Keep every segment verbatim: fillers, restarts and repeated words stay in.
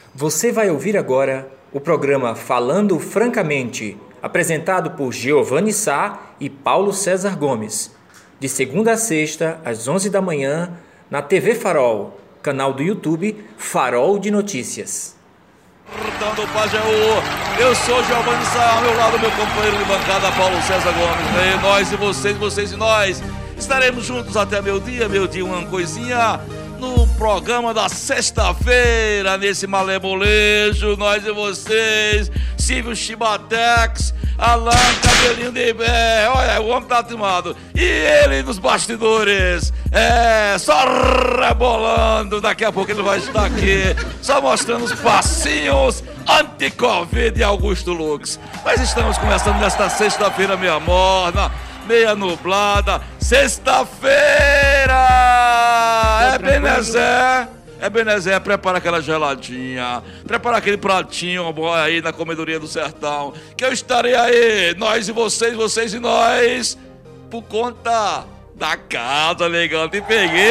Você vai ouvir agora o programa Falando Francamente, apresentado por Giovanni Sá e Paulo César Gomes, de segunda a sexta, às onze da manhã, na T V Farol, canal do YouTube Farol de Notícias. Portando o Pajeú, eu sou Giovanni Sá, ao meu lado meu companheiro de bancada Paulo César Gomes, né? E nós e vocês, vocês e nós, estaremos juntos até meu dia, meu dia uma coisinha, no programa da sexta-feira, nesse malemolejo, nós e vocês, Silvio Chibatex, Alain Cabelinho de Bé, olha, o homem tá animado, e ele nos bastidores, é, só rebolando, daqui a pouco ele vai estar aqui, só mostrando os passinhos anti-Covid de Augusto Lux. Nós estamos começando nesta sexta-feira meia morna, meia nublada, sexta-feira, é Benezé, é Benezé, prepara aquela geladinha, prepara aquele pratinho aí na comedoria do sertão, que eu estarei aí, nós e vocês, vocês e nós, por conta da casa, legal, te peguei,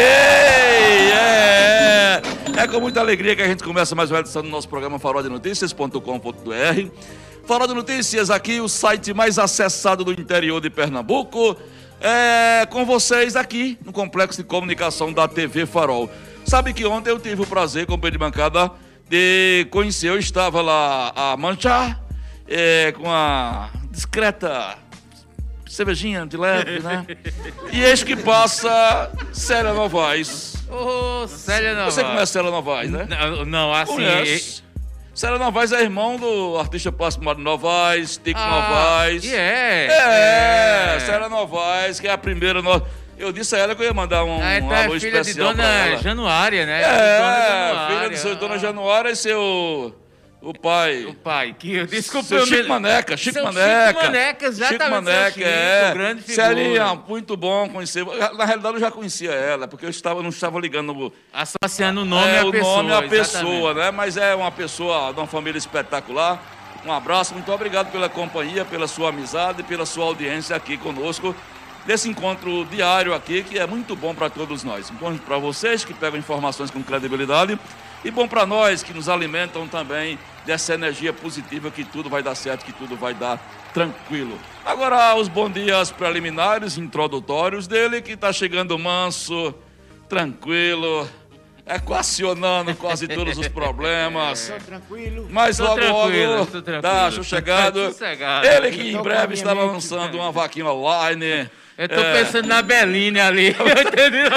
é, é com muita alegria que a gente começa mais uma edição do nosso programa farol de notícias ponto com ponto br. Farol de Notícias aqui, o site mais acessado do interior de Pernambuco, é com vocês aqui no Complexo de Comunicação da T V Farol. Sabe que ontem eu tive o prazer, companheiro de bancada, de conhecer, eu estava lá a manchar, é, com a discreta cervejinha de leve, né? E eis que passa Célia Novaes. Ô, oh, Célia Novaes. Você conhece Célia Novaes, né? Não, não assim... Conhece. Célia Novaes é irmão do artista plástico Mário Novaes, Tico ah, Novaes. E é, é, é. Célia Novaes, que é a primeira... No... Eu disse a ela que eu ia mandar um, ah, então um alô é filha especial de Dona Januária, né? É, Dona Januária. filha de sua Dona Januária e seu... O pai. O pai, que desculpa. Seu Chico me... Maneca, Chico seu Maneca. Chico Maneca, exatamente. Chico Maneca, Chico, é. Grande figura. Celinha, muito bom conhecer. Na realidade, eu já conhecia ela, porque eu estava, não estava ligando. Associando o nome é, à o pessoa. O nome à exatamente. pessoa, né? Mas é uma pessoa de uma família espetacular. Um abraço, muito obrigado pela companhia, pela sua amizade, pela sua audiência aqui conosco. Desse encontro diário aqui, que é muito bom para todos nós. Bom para vocês que pegam informações com credibilidade. E bom para nós que nos alimentam também dessa energia positiva que tudo vai dar certo, que tudo vai dar tranquilo. Agora os bons dias preliminares, introdutórios dele, que está chegando manso, tranquilo, equacionando quase todos os problemas. Estou tranquilo. Mas tô logo, tranquilo, logo, tá sossegado. Ele que em breve estava lançando uma vaquinha online. Eu tô é... pensando na Beline ali. Entendeu?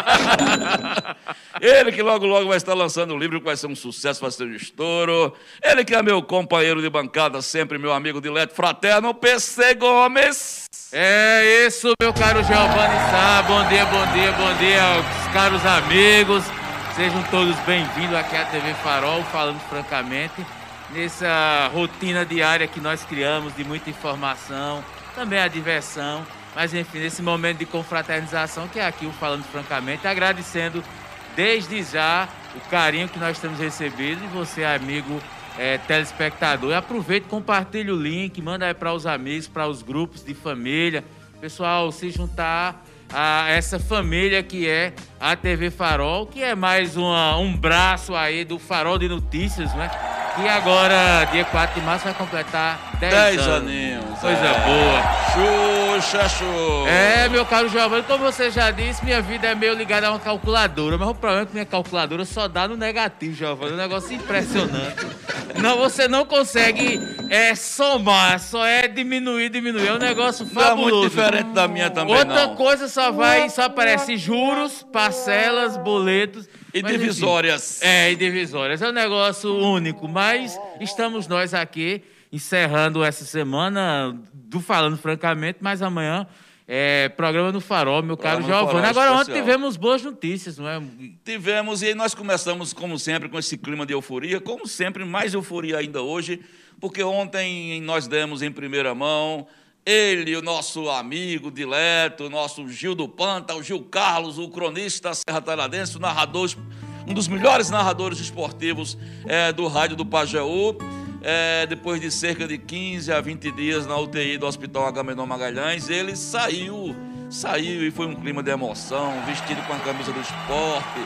Ele que logo, logo vai estar lançando um livro que vai ser um sucesso, vai ser um estouro. Ele que é meu companheiro de bancada, sempre meu amigo dileto, fraterno, P C Gomes. É isso, meu caro Giovanni Sá. Bom dia, bom dia, bom dia aos caros amigos. Sejam todos bem-vindos aqui à T V Farol, falando francamente, nessa rotina diária que nós criamos de muita informação, também a diversão. Mas, enfim, nesse momento de confraternização, que é aqui o Falando Francamente, agradecendo desde já o carinho que nós temos recebido. E você, amigo é, telespectador, aproveite, compartilhe o link, manda aí para os amigos, para os grupos de família. Pessoal, se juntar a essa família que é a T V Farol, que é mais uma, um braço aí do Farol de Notícias, né? Que agora, dia quatro de março, vai completar dez anos. aninhos. Coisa é. boa. Xuxa, xuxa. É, meu caro Giovanni, como você já disse, minha vida é meio ligada a uma calculadora, mas o problema é que minha calculadora só dá no negativo, Giovanni. É um negócio impressionante. Não, você não consegue é, somar, só é diminuir, diminuir. É um negócio fabuloso. Não é muito diferente da minha também, Outra não. coisa só vai, só aparece juros, parcelas, boletos. E mas, divisórias. Enfim, é, e divisórias. É um negócio único, mas estamos nós aqui encerrando essa semana do Falando Francamente, mas amanhã é programa no Farol, meu caro Giovanni. Agora, ontem tivemos boas notícias, não é? Tivemos, e aí nós começamos, como sempre, com esse clima de euforia, como sempre, mais euforia ainda hoje, porque ontem nós demos em primeira mão ele, o nosso amigo dileto, o nosso Gil do Panta, o Gil Carlos, o cronista serra-talhadense, o narrador, um dos melhores narradores esportivos é, do rádio do Pajeú. É, depois de cerca de quinze a vinte dias na U T I do Hospital Agamenon Magalhães, ele saiu, saiu e foi um clima de emoção, vestido com a camisa do esporte,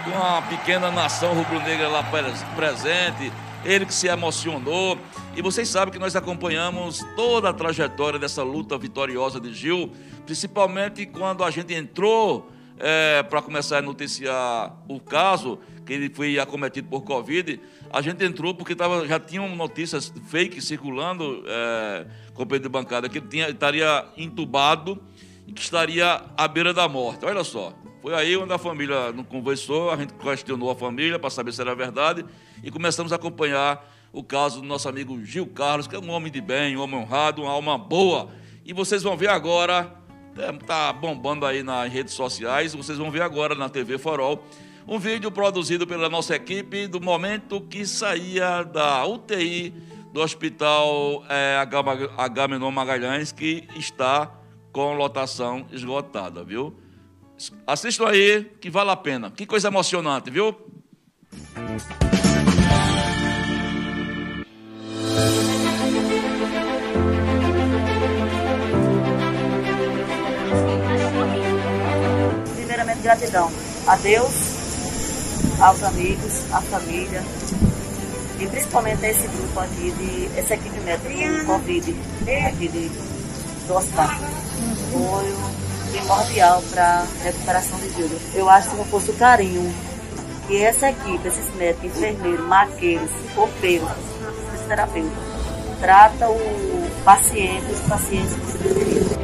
com a pequena nação rubro-negra lá presente, ele que se emocionou. E vocês sabem que nós acompanhamos toda a trajetória dessa luta vitoriosa de Gil, principalmente quando a gente entrou é, para começar a noticiar o caso, que ele foi acometido por Covid. A gente entrou porque tava, já tinham notícias fake circulando, é, companheiro de bancada, que ele tinha, estaria entubado e que estaria à beira da morte. Olha só, foi aí onde a família não conversou, a gente questionou a família para saber se era verdade e começamos a acompanhar o caso do nosso amigo Gil Carlos, que é um homem de bem, um homem honrado, uma alma boa. E vocês vão ver agora, está bombando aí nas redes sociais, vocês vão ver agora na T V Farol, um vídeo produzido pela nossa equipe do momento que saía da U T I do Hospital é, Agamenon Magalhães, que está com lotação esgotada, viu? Assistam aí, que vale a pena. Que coisa emocionante, viu? Primeiramente, gratidão a Deus, aos amigos, à família e principalmente a esse grupo aqui, de, essa equipe médica do Covid aqui de, do hospital. Foi primordial para a recuperação de Gil. Eu acho que não fosse o carinho que essa equipe, esses médicos, enfermeiros, maqueiros, copeiros, fisioterapeutas, trata o paciente, os pacientes que se deveriam.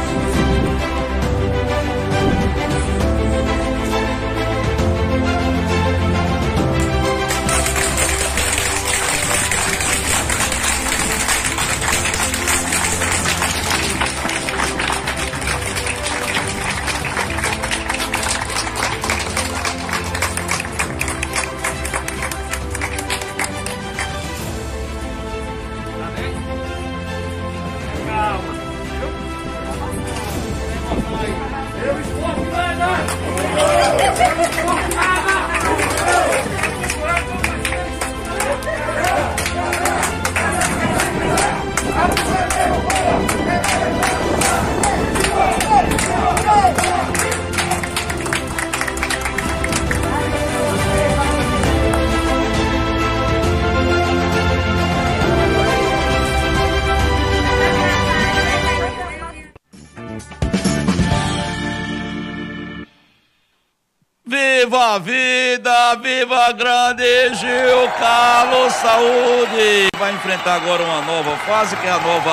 Viva a vida, viva a grande Gil Carlos, saúde! Vai enfrentar agora uma nova fase, que é a nova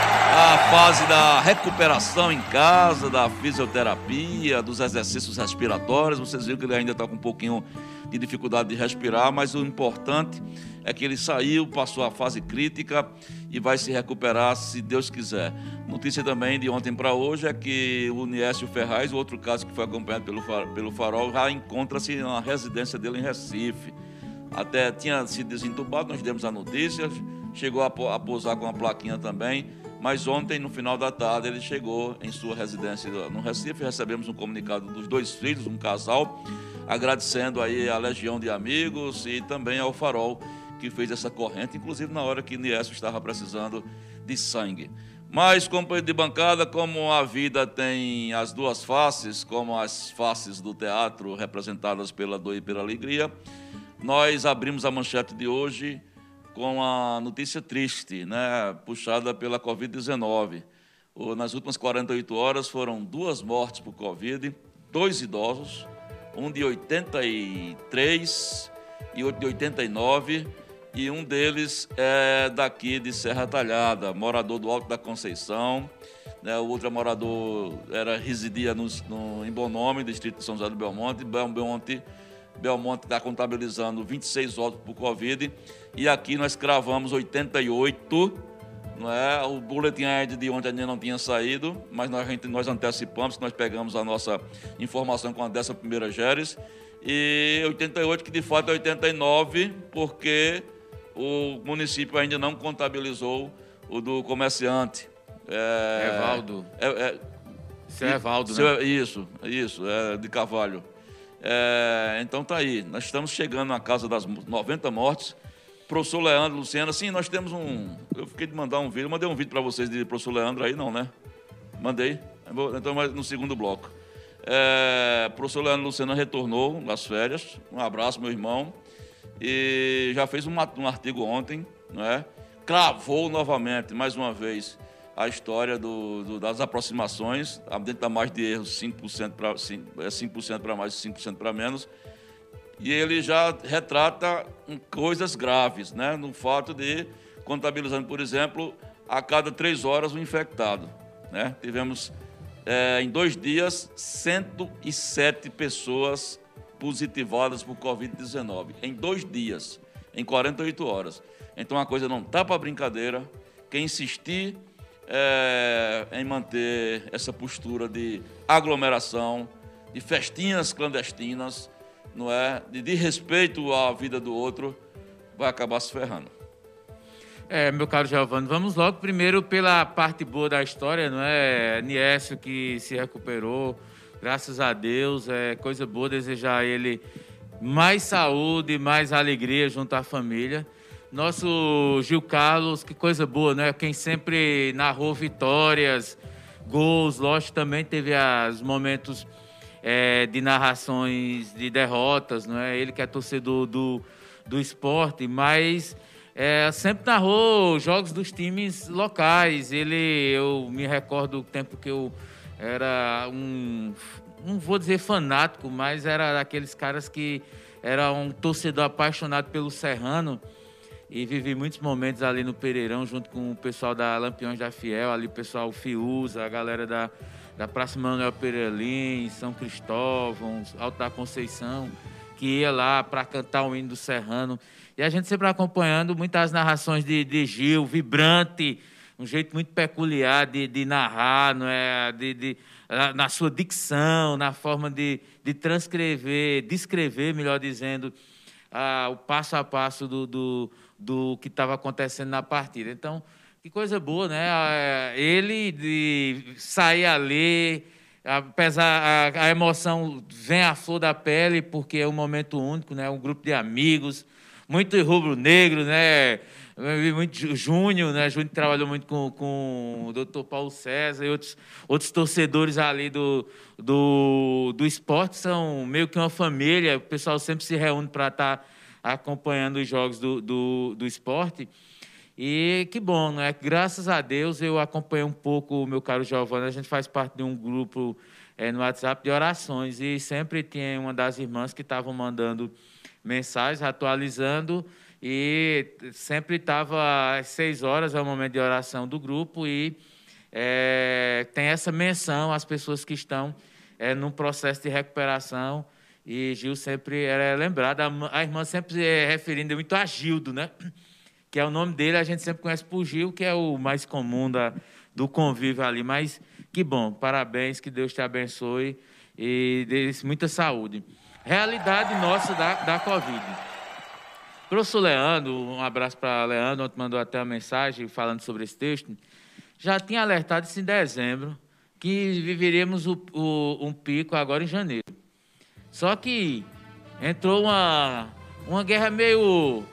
a fase da recuperação em casa, da fisioterapia, dos exercícios respiratórios. Vocês viram que ele ainda está com um pouquinho de dificuldade de respirar, mas o importante é que ele saiu, passou a fase crítica e vai se recuperar se Deus quiser. Notícia também de ontem para hoje é que o Niésio Ferraz, o outro caso que foi acompanhado pelo, pelo Farol, já encontra-se na residência dele em Recife. Até tinha sido desentubado, nós demos a notícia, chegou a, a pousar com uma plaquinha também, mas ontem, no final da tarde, ele chegou em sua residência no Recife. Recebemos um comunicado dos dois filhos, um casal, agradecendo aí a legião de amigos e também ao Farol, que fez essa corrente, inclusive na hora que Niésio estava precisando de sangue. Mas, companheiro de bancada, como a vida tem as duas faces, como as faces do teatro representadas pela dor e pela alegria, nós abrimos a manchete de hoje com a notícia triste, né, puxada pela Covid dezenove. Nas últimas quarenta e oito horas foram duas mortes por Covid, dois idosos, um de oitenta e três e outro de oitenta e nove, e um deles é daqui de Serra Talhada, morador do Alto da Conceição, né? O outro morador era, residia no, no, em Bom Nome, distrito de São José do Belmonte. Belmonte Belmonte está contabilizando vinte e seis óbitos por Covid, e aqui nós cravamos oitenta e oito, não é? O boletim aéreo de ontem ainda não tinha saído, mas nós, nós antecipamos, nós pegamos a nossa informação com a décima primeira Geres, e oitenta e oito, que de fato é oitenta e nove, porque o município ainda não contabilizou o do comerciante. É, Evaldo. É, é, Isso é Evaldo, seu, né? Isso, isso, é de Carvalho. É, então tá aí, nós estamos chegando na casa das noventa mortes. Professor Leandro, Luciana, sim, nós temos um... Eu fiquei de mandar um vídeo, mandei um vídeo para vocês de professor Leandro aí, não, né? Mandei, então no segundo bloco. É, o professor Leandro Lucena retornou das férias. Um abraço, meu irmão. E já fez um, um artigo ontem, não é? Cravou novamente, mais uma vez, a história do, do, das aproximações, dentro da margem de erros, cinco por cento para cinco por cento para mais e cinco por cento para menos. E ele já retrata coisas graves, né? No fato de, contabilizando, por exemplo, a cada três horas um infectado, né? Tivemos, é, em dois dias, cento e sete pessoas positivadas por covid dezenove. Em dois dias, em quarenta e oito horas. Então a coisa não está para brincadeira. Quem insistir é, em manter essa postura de aglomeração, de festinhas clandestinas, não é? de, de respeito à vida do outro, vai acabar se ferrando. É, meu caro Giovanni, vamos logo primeiro pela parte boa da história, não é? Niécio que se recuperou, graças a Deus, é coisa boa desejar a ele mais saúde, mais alegria junto à família. Nosso Gil Carlos, que coisa boa, né? Quem sempre narrou vitórias, gols, lógico, também teve os momentos é, de narrações de derrotas, não é? Ele que é torcedor do, do esporte, mas é, sempre narrou jogos dos times locais. Ele, eu me recordo do tempo que eu era um, não vou dizer fanático, mas era daqueles caras que era um torcedor apaixonado pelo Serrano e vivi muitos momentos ali no Pereirão junto com o pessoal da Lampiões da Fiel, ali o pessoal Fiuza, a galera da, da Praça Manuel Pereira Lins, São Cristóvão, Alto da Conceição, que ia lá para cantar o hino do Serrano. E a gente sempre acompanhando muitas narrações de, de Gil, vibrante, um jeito muito peculiar de, de narrar, não é? de, de, na sua dicção, na forma de, de transcrever, descrever, melhor dizendo, ah, o passo a passo do, do, do que estava acontecendo na partida. Então, que coisa boa, né? Ele de sair ali, apesar a, a emoção vem à flor da pele, porque é um momento único, né? Um grupo de amigos, muito rubro-negro, né? Muito Júnior, né? Júnior trabalhou muito com, com o doutor Paulo César e outros, outros torcedores ali do, do, do esporte, são meio que uma família, o pessoal sempre se reúne para estar acompanhando os jogos do, do, do esporte. E que bom, né? Graças a Deus eu acompanhei um pouco o meu caro Giovanni, a gente faz parte de um grupo é, no WhatsApp de orações e sempre tinha uma das irmãs que estavam mandando mensagens, atualizando, e sempre estava às seis horas, é o momento de oração do grupo, e é, tem essa menção às pessoas que estão é, num processo de recuperação, e Gil sempre era lembrado, a, a irmã sempre é referindo muito a Gildo, né? Que é o nome dele, a gente sempre conhece por Gil, que é o mais comum da, do convívio ali, mas que bom, parabéns, que Deus te abençoe e dê muita saúde. Realidade nossa da, da Covid. Professor Leandro, um abraço para Leandro, ontem mandou até uma mensagem falando sobre esse texto, já tinha alertado isso em dezembro, que viveríamos o, o, um pico agora em janeiro. Só que entrou uma, uma guerra meio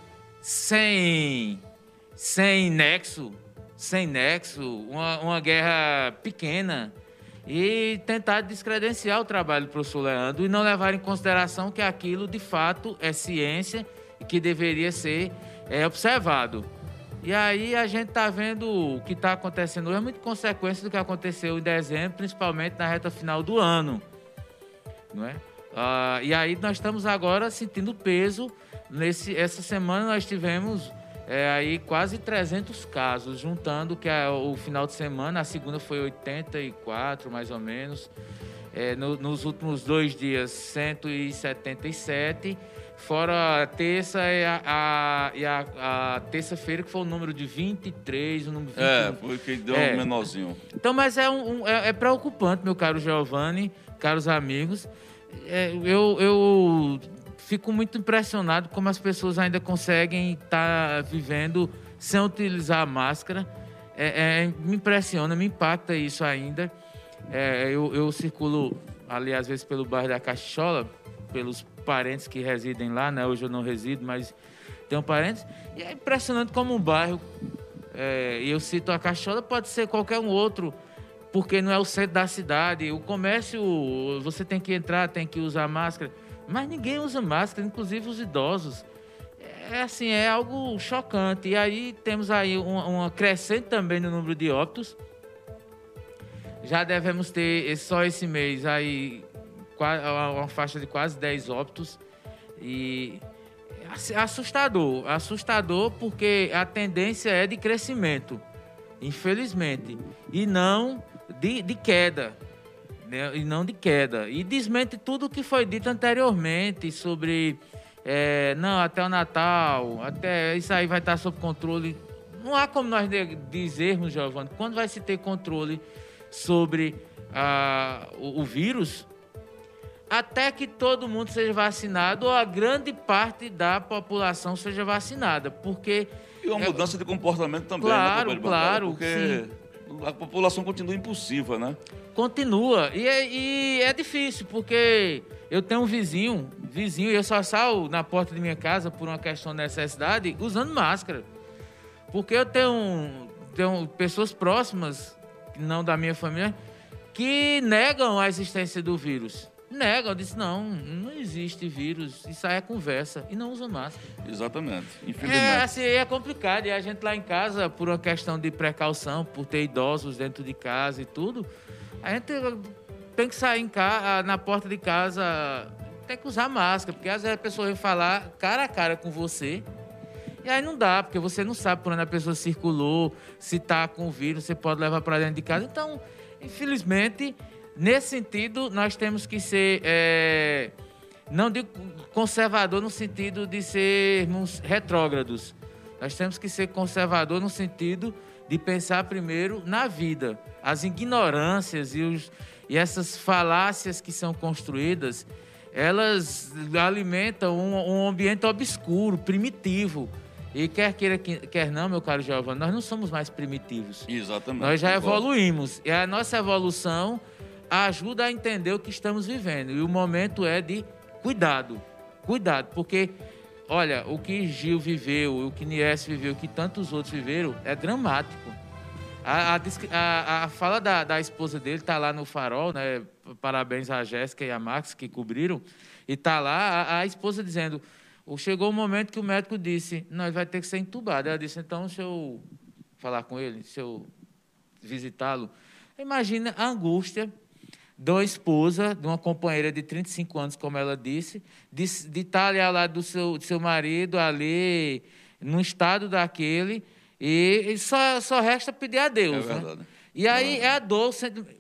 sem, sem nexo, sem nexo, uma, uma guerra pequena, e tentar descredenciar o trabalho do professor Leandro e não levar em consideração que aquilo, de fato, é ciência e que deveria ser é, observado. E aí a gente está vendo o que está acontecendo hoje, é muito consequência do que aconteceu em dezembro, principalmente na reta final do ano. Não é? Ah, e aí nós estamos agora sentindo peso. Nesse, essa semana nós tivemos é, aí quase trezentos casos, juntando que a, o final de semana, a segunda foi oitenta e quatro, mais ou menos. É, no, nos últimos dois dias, cento e setenta e sete, fora a terça e a, a, e a, a terça-feira, que foi o número de vinte e três, o número vinte e um. É, foi que deu é. um menorzinho. Então, mas é, um, um, é, é preocupante, meu caro Giovanni, caros amigos. É, eu... eu fico muito impressionado como as pessoas ainda conseguem estar vivendo sem utilizar a máscara. É, é, me impressiona, me impacta isso ainda. É, eu, eu circulo ali, às vezes, pelo bairro da Caixola, pelos parentes que residem lá, né? Hoje eu não resido, mas tenho parentes. E é impressionante como um bairro, é, e eu cito a Caixola, pode ser qualquer um outro, porque não é o centro da cidade. O comércio, você tem que entrar, tem que usar máscara, mas ninguém usa máscara, inclusive os idosos. É assim, é algo chocante. E aí temos aí uma, uma crescente também no número de óbitos. Já devemos ter, só esse mês, aí uma faixa de quase dez óbitos. E assustador, assustador porque a tendência é de crescimento, infelizmente, e não de, de queda, né? E não de queda. E desmente tudo o que foi dito anteriormente sobre, é, não, até o Natal, até isso aí vai estar sob controle. Não há como nós dizermos, Giovanni, quando vai se ter controle sobre ah, o, o vírus, até que todo mundo seja vacinado ou a grande parte da população seja vacinada, porque... E uma mudança é, de comportamento também, claro, né, claro, porque sim. A população continua impulsiva, né? Continua, e é, e é difícil, porque eu tenho um vizinho, vizinho, e eu só saio na porta de minha casa por uma questão de necessidade, usando máscara, porque eu tenho, tenho pessoas próximas, não da minha família, que negam a existência do vírus. Negam, eu disse, não, não existe vírus, isso aí é conversa, e não usa máscara. Exatamente, infelizmente. É, assim, é complicado, e a gente lá em casa, por uma questão de precaução, por ter idosos dentro de casa e tudo, a gente tem que sair em casa, na porta de casa, tem que usar máscara, porque às vezes a pessoa vem falar cara a cara com você, e aí não dá, porque você não sabe por onde a pessoa circulou, se está com o vírus, você pode levar para dentro de casa. Então, infelizmente, nesse sentido, nós temos que ser, é, não digo conservador no sentido de sermos retrógrados. Nós temos que ser conservador no sentido de pensar primeiro na vida. As ignorâncias e, os, e essas falácias que são construídas, elas alimentam um, um ambiente obscuro, primitivo. E quer queira, quer não, meu caro Giovanni, nós não somos mais primitivos. Exatamente. Nós já evoluímos. E a nossa evolução ajuda a entender o que estamos vivendo. E o momento é de cuidado. Cuidado, porque, olha, o que Gil viveu, o que Niés viveu, o que tantos outros viveram, é dramático. A, a, a, a fala da, da esposa dele está lá no Farol, né? Parabéns a Jéssica e a Max que cobriram. E está lá a, a esposa dizendo... Chegou o momento que o médico disse, não, ele vai ter que ser entubado. Ela disse, então, se eu falar com ele, se eu visitá-lo... Imagina a angústia de uma esposa, de uma companheira de trinta e cinco anos, como ela disse, de, de estar ali ao lado do seu, do seu marido, ali, num estado daquele, e, e só, só resta pedir a Deus. É verdade. Né? E aí é, é a dor...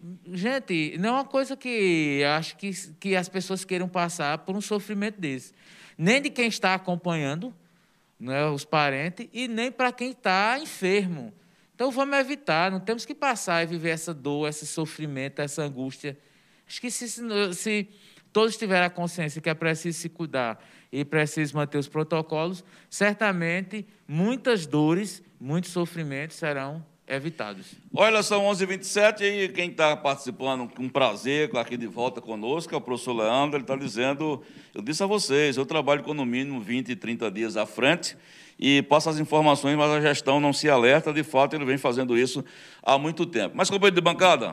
Gente, não é uma coisa que acho que, que as pessoas queiram passar por um sofrimento desse. Nem de quem está acompanhando, né, os parentes, e nem para quem está enfermo. Então, vamos evitar, não temos que passar e viver essa dor, esse sofrimento, essa angústia. Acho que se, se todos tiverem a consciência que é preciso se cuidar e preciso manter os protocolos, certamente muitas dores, muitos sofrimentos serão evitados. Olha, são onze e vinte e sete e quem está participando com prazer aqui de volta conosco é o professor Leandro. Ele está dizendo, eu disse a vocês, eu trabalho com no mínimo vinte, trinta dias à frente e passo as informações, mas a gestão não se alerta. De fato, ele vem fazendo isso há muito tempo. Mas, companheiro de bancada,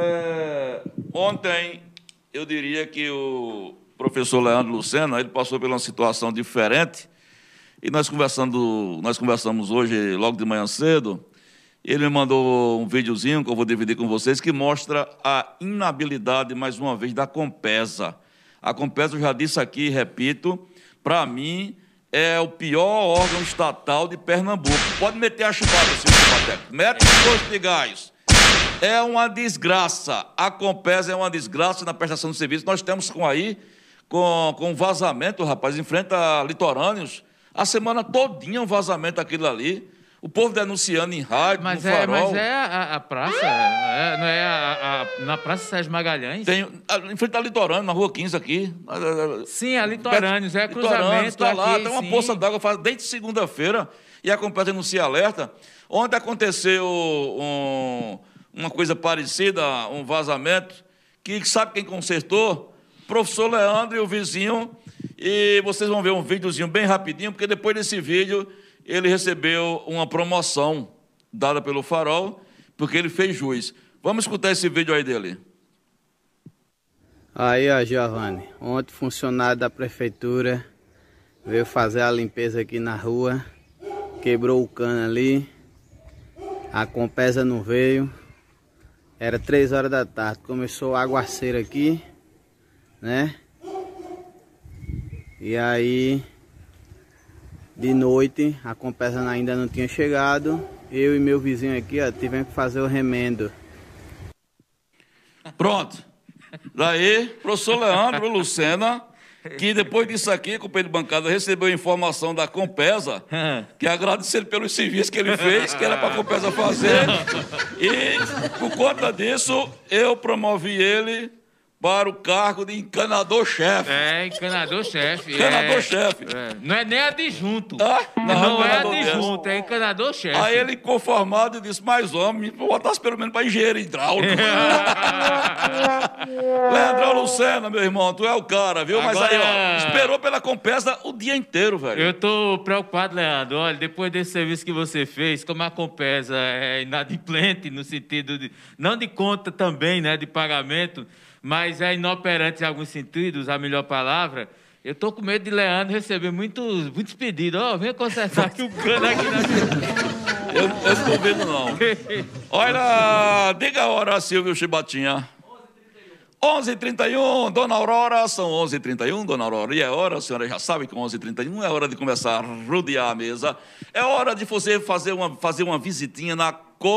é... ontem eu diria que o professor Leandro Lucena, ele passou por uma situação diferente e nós, conversando, nós conversamos hoje, logo de manhã cedo. Ele me mandou um videozinho que eu vou dividir com vocês, que mostra a inabilidade, mais uma vez, da Compesa. A Compesa, eu já disse aqui e repito, para mim, é o pior órgão estatal de Pernambuco. Pode meter a chupada, senhor Pateco. Mete o posto de gás. É uma desgraça. A Compesa é uma desgraça na prestação de serviço. Nós temos com aí, com, com vazamento, rapaz, enfrenta litorâneos. A semana todinha um vazamento aquilo ali. O povo denunciando em rádio, mas no é, Farol. Mas é a, a praça, é, não é a, a, na Praça Sérgio Magalhães? Tem, em frente à Litorâneo, na Rua quinze aqui. Sim, a Litorâneos, é cruzamento está lá, aqui, tem uma sim. poça d'água faz desde segunda-feira e a Compesa denuncia alerta. Ontem aconteceu um, uma coisa parecida, um vazamento, que sabe quem consertou? O professor Leandro e o vizinho, e vocês vão ver um videozinho bem rapidinho, porque depois desse vídeo... ele recebeu uma promoção dada pelo Farol, porque ele fez jus. Vamos escutar esse vídeo aí dele. Aí, ó, Giovanni, ontem funcionário da prefeitura veio fazer a limpeza aqui na rua, quebrou o cano ali, a Compesa não veio, era três horas da tarde, começou o aguaceiro aqui, né? E aí, de noite, a Compesa ainda não tinha chegado, eu e meu vizinho aqui, ó, tivemos que fazer o remendo. Pronto. Daí, professor Leandro Lucena, que depois disso aqui, companheiro de bancada, recebeu informação da Compesa, que agradecer pelos serviços que ele fez, que era para a Compesa fazer, e por conta disso, eu promovi ele para o cargo de encanador-chefe. É, encanador-chefe. Encanador-chefe. É, é. Não é nem adjunto. Ah, não, não, não é encanador adjunto, é encanador-chefe. Aí ele, conformado, disse, mais homem, me botasse pelo menos para engenheiro hidráulico. Leandrão Lucena, meu irmão, tu é o cara, viu? Mas Agora... aí, ó, esperou pela Compesa o dia inteiro, velho. Eu tô preocupado, Leandro. Olha, depois desse serviço que você fez, como a Compesa é inadimplente no sentido de... Não de conta também, né, de pagamento, mas é inoperante em alguns sentidos, a melhor palavra. Eu tô com medo de Leandro receber muitos, muitos pedidos. Ó, oh, vem consertar aqui o cano aqui na... Eu, eu não tô vendo, não. Olha, diga a hora, Silvio Chibatinha. onze e trinta e um, Dona Aurora, são onze e trinta e um, Dona Aurora, e é hora, a senhora já sabe que onze e trinta e um é hora de começar a rodear a mesa, é hora de você fazer uma, fazer uma visitinha na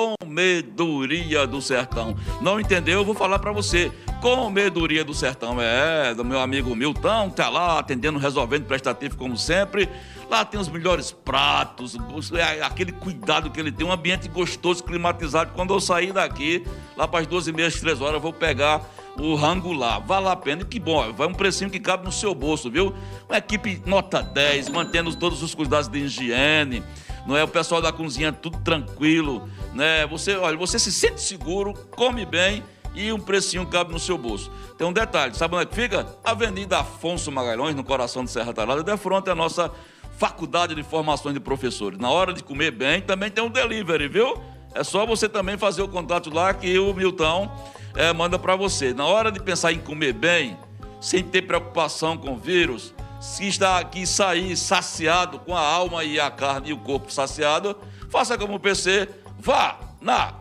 Comedoria do Sertão. Não entendeu? Eu vou falar para você. Comedoria do Sertão, é, do meu amigo Milton, tá lá atendendo, resolvendo prestativo como sempre. Lá tem os melhores pratos, aquele cuidado que ele tem, um ambiente gostoso, climatizado. Quando eu sair daqui, lá para as duas e meia, três horas, eu vou pegar o rango lá. Vale a pena, e que bom, vai um precinho que cabe no seu bolso, viu? Uma equipe nota dez, mantendo todos os cuidados de higiene, não é? O pessoal da cozinha tudo tranquilo, né? Você, olha, você se sente seguro, come bem e um precinho cabe no seu bolso. Tem um detalhe, sabe onde é que fica? Avenida Afonso Magalhães, no coração de Serra Talhada, de frente à nossa Faculdade de Formações de Professores. Na hora de comer bem, também tem um delivery, viu? É só você também fazer o contato lá que o Milton é, manda para você. Na hora de pensar em comer bem, sem ter preocupação com vírus, se está aqui sair saciado com a alma e a carne e o corpo saciado, faça como o P C, vá na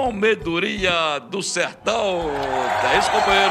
Comedoria do Sertão. É isso, companheiro?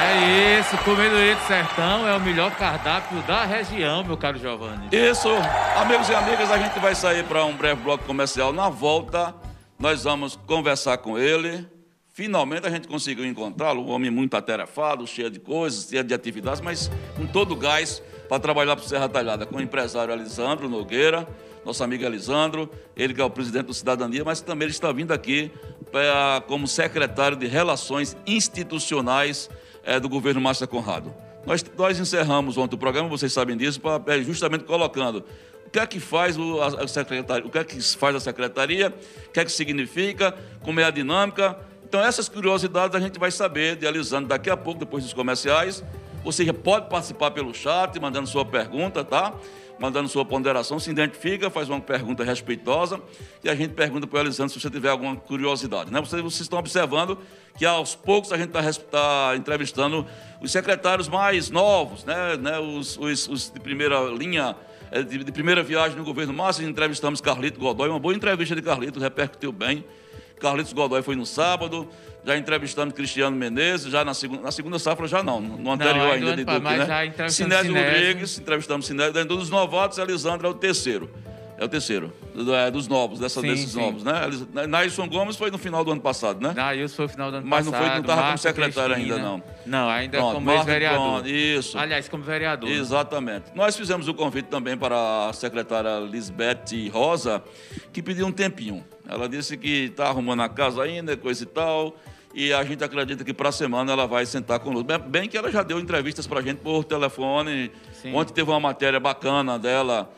É isso, Comedoria do Sertão é o melhor cardápio da região, meu caro Giovanni. Isso, amigos e amigas, a gente vai sair para um breve bloco comercial. Na volta, nós vamos conversar com ele. Finalmente a gente conseguiu encontrá-lo, um homem muito atarefado, cheio de coisas, cheio de atividades, mas com todo o gás para trabalhar para o Serra Talhada, com o empresário Elisandro Nogueira, nosso amigo Elisandro, ele que é o presidente do Cidadania, mas também ele está vindo aqui pra, como secretário de Relações Institucionais é, do governo Márcia Conrado. Nós, nós encerramos ontem o programa, vocês sabem disso, pra, é, justamente colocando o que é que faz o, a, a secretaria, o que é que faz a secretaria, o que é que significa, como é a dinâmica. Então essas curiosidades a gente vai saber de Elisandro daqui a pouco, depois dos comerciais. Você já pode participar pelo chat, mandando sua pergunta, tá? Mandando sua ponderação, se identifica, faz uma pergunta respeitosa e a gente pergunta para o Elisandro se você tiver alguma curiosidade, né? Vocês, vocês estão observando que aos poucos a gente está tá entrevistando os secretários mais novos, né? né? Os, os, os de primeira linha, de, de primeira viagem no governo Márcia. Entrevistamos Carlito Godoy, uma boa entrevista de Carlito, repercutiu bem. Carlitos Godoy foi no sábado, já entrevistando Cristiano Menezes, já na segunda, na segunda safra já não, no anterior não, ainda de Duque, né? Sinésio Rodrigues, entrevistamos Sinésio, dos novatos, Elisandro é o terceiro, é o terceiro, é, dos novos, dessa, sim, desses sim. novos, né? Nailson Gomes foi no final do ano passado, né? Nailson foi no final do ano Mas passado. Mas não foi, não estava como secretário Cristina. ainda, não. Não, ainda pronto, como ex-vereador. Isso. Aliás, como vereador. Exatamente. Nós fizemos o convite também para a secretária Lisbeth Rosa, que pediu um tempinho. Ela disse que está arrumando a casa ainda, coisa e tal, e a gente acredita que para a semana ela vai sentar conosco. Bem que ela já deu entrevistas para a gente por telefone. Sim. Ontem teve uma matéria bacana dela,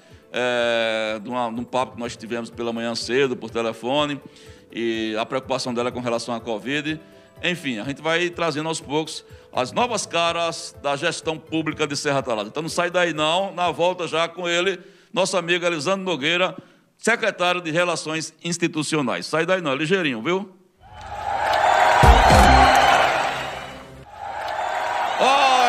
é, de, uma, de um papo que nós tivemos pela manhã cedo, por telefone, e a preocupação dela com relação à Covid. Enfim, a gente vai trazendo aos poucos as novas caras da gestão pública de Serra Talhada. Então não sai daí não, na volta já com ele, nosso amigo Elisandro Nogueira, secretário de Relações Institucionais. Sai daí não, ligeirinho, viu?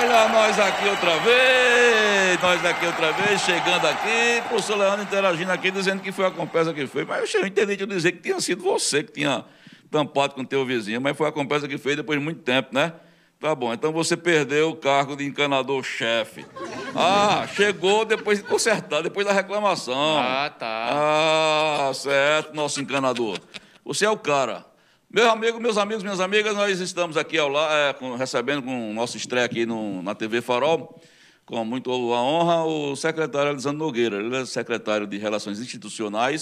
Olha, nós aqui outra vez, nós aqui outra vez, chegando aqui, o professor Leandro interagindo aqui, dizendo que foi a Compesa que fez. Mas eu entendi de dizer que tinha sido você que tinha tampado com o teu vizinho, mas foi a Compesa que fez depois de muito tempo, né? Tá bom, então você perdeu o cargo de encanador-chefe. Ah, chegou depois de consertar, depois da reclamação. Ah, tá. Ah, certo, nosso encanador. Você é o cara. Meus amigos, meus amigos, minhas amigas, nós estamos aqui ao lado, é, com, recebendo com o nosso estreia aqui no, na T V Farol, com muito a honra, o secretário Elisandro Nogueira. Ele é secretário de Relações Institucionais.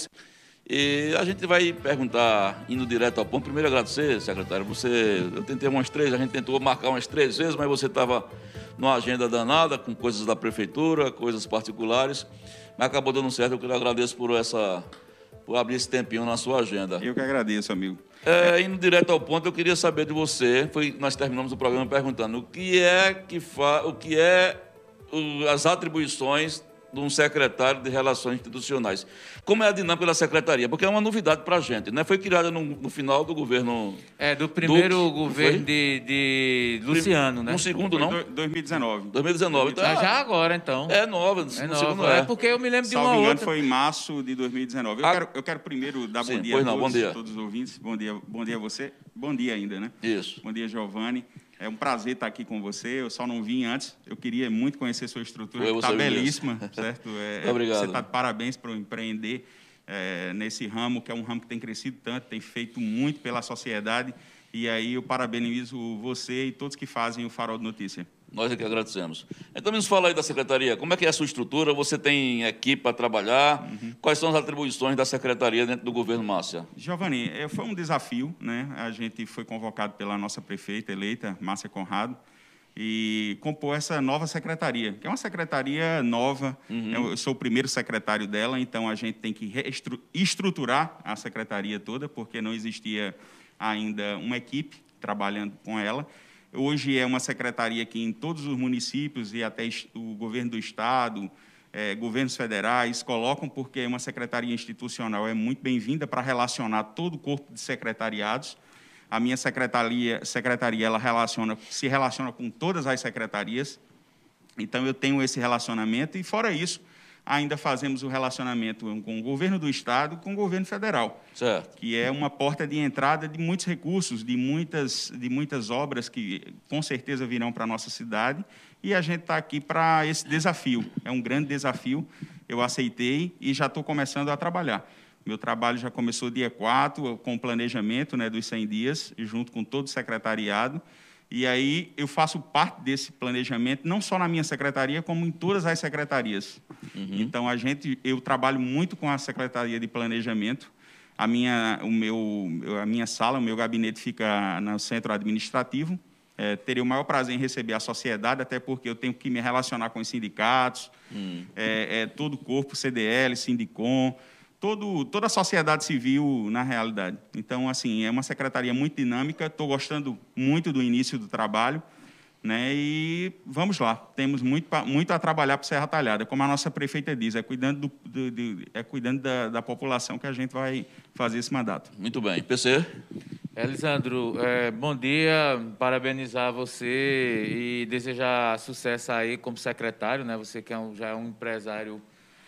E a gente vai perguntar, indo direto ao ponto. Primeiro, agradecer, secretário. Você, eu tentei umas três, a gente tentou marcar umas três vezes, mas você estava numa agenda danada, com coisas da prefeitura, coisas particulares, mas acabou dando certo. Eu quero agradecer por, essa, por abrir esse tempinho na sua agenda. Eu que agradeço, amigo. É, indo direto ao ponto, eu queria saber de você. Foi, nós terminamos o programa perguntando o que é que fa, o que é o, as atribuições de um secretário de Relações Institucionais. Como é a dinâmica da secretaria? Porque é uma novidade para a gente, né? Foi criada no, no final do governo... É, do primeiro Duque, governo de, de Luciano, né? No segundo, não? dois mil e dezenove. dois mil e dezenove. Então, Ah, já agora, então. é nova. É no nova. segundo É é. porque eu me lembro de Salvo uma engano, outra. foi em março de dois mil e dezenove. Eu, Ah. quero, eu quero primeiro dar Sim, bom dia pois a não, todos, bom dia. todos os ouvintes. Bom dia, bom dia a você. Bom dia ainda, né? Isso. Bom dia, Giovanni. É um prazer estar aqui com você. Eu só não vim antes. Eu queria muito conhecer sua estrutura, Eu que está sabia belíssima, certo? É, Muito obrigado. Você está de parabéns por empreender é, nesse ramo, que é um ramo que tem crescido tanto, tem feito muito pela sociedade. E aí eu parabenizo você e todos que fazem o Farol de Notícia. Nós é que agradecemos. Então, nos fala aí da secretaria. Como é que é a sua estrutura? Você tem equipe para trabalhar? Uhum. Quais são as atribuições da secretaria dentro do governo Márcia? Giovanni, foi um desafio, né? A gente foi convocado pela nossa prefeita eleita, Márcia Conrado, e compor essa nova secretaria, que é uma secretaria nova. Uhum. Eu sou o primeiro secretário dela, então a gente tem que estruturar a secretaria toda, porque não existia ainda uma equipe trabalhando com ela. Hoje é uma secretaria que em todos os municípios e até o governo do estado, é, governos federais colocam, porque uma secretaria institucional é muito bem-vinda para relacionar todo o corpo de secretariados. A minha secretaria, secretaria ela relaciona, se relaciona com todas as secretarias, então eu tenho esse relacionamento e, fora isso, ainda fazemos o relacionamento com o governo do estado e com o governo federal, certo. Que é uma porta de entrada de muitos recursos, de muitas, de muitas obras que com certeza virão para a nossa cidade, e a gente está aqui para esse desafio. É um grande desafio, eu aceitei e já estou começando a trabalhar. Meu trabalho já começou dia quatro, com o planejamento, né, dos cem dias, junto com todo o secretariado. E aí eu faço parte desse planejamento, não só na minha secretaria, como em todas as secretarias. Uhum. Então, a gente, eu trabalho muito com a Secretaria de Planejamento. A minha, o meu, a minha sala, o meu gabinete fica no centro administrativo. É, teria o maior prazer em receber a sociedade, até porque eu tenho que me relacionar com os sindicatos, uhum. é, é, todo o corpo, C D L, Sindicom, Todo, toda a sociedade civil na realidade. Então, assim, é uma secretaria muito dinâmica, estou gostando muito do início do trabalho, né? E vamos lá, temos muito, muito a trabalhar para Serra Talhada. Como a nossa prefeita diz, é cuidando, do, do, do, é cuidando da, da população que a gente vai fazer esse mandato. Muito bem. P C? Elisandro, é, bom dia, parabenizar você e desejar sucesso aí como secretário, né? Você que é um, já é um empresário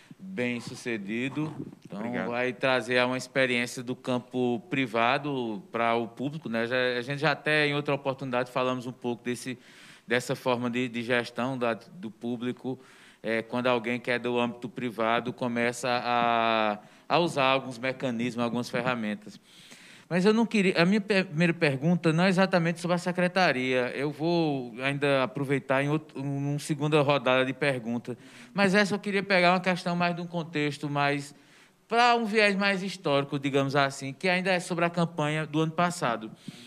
bem sucedido, então Obrigado. Vai trazer uma experiência do campo privado para o público, né? Já, a gente já até em outra oportunidade falamos um pouco desse, dessa forma de, de gestão da, do público, é, quando alguém que é do âmbito privado começa a, a usar alguns mecanismos, algumas ferramentas. Mas eu não queria. A minha primeira pergunta não é exatamente sobre a secretaria. Eu vou ainda aproveitar em outro, uma segunda rodada de perguntas. Mas essa eu queria pegar uma questão mais de um contexto mais para um viés mais histórico, digamos assim, que ainda é sobre a campanha do ano passado.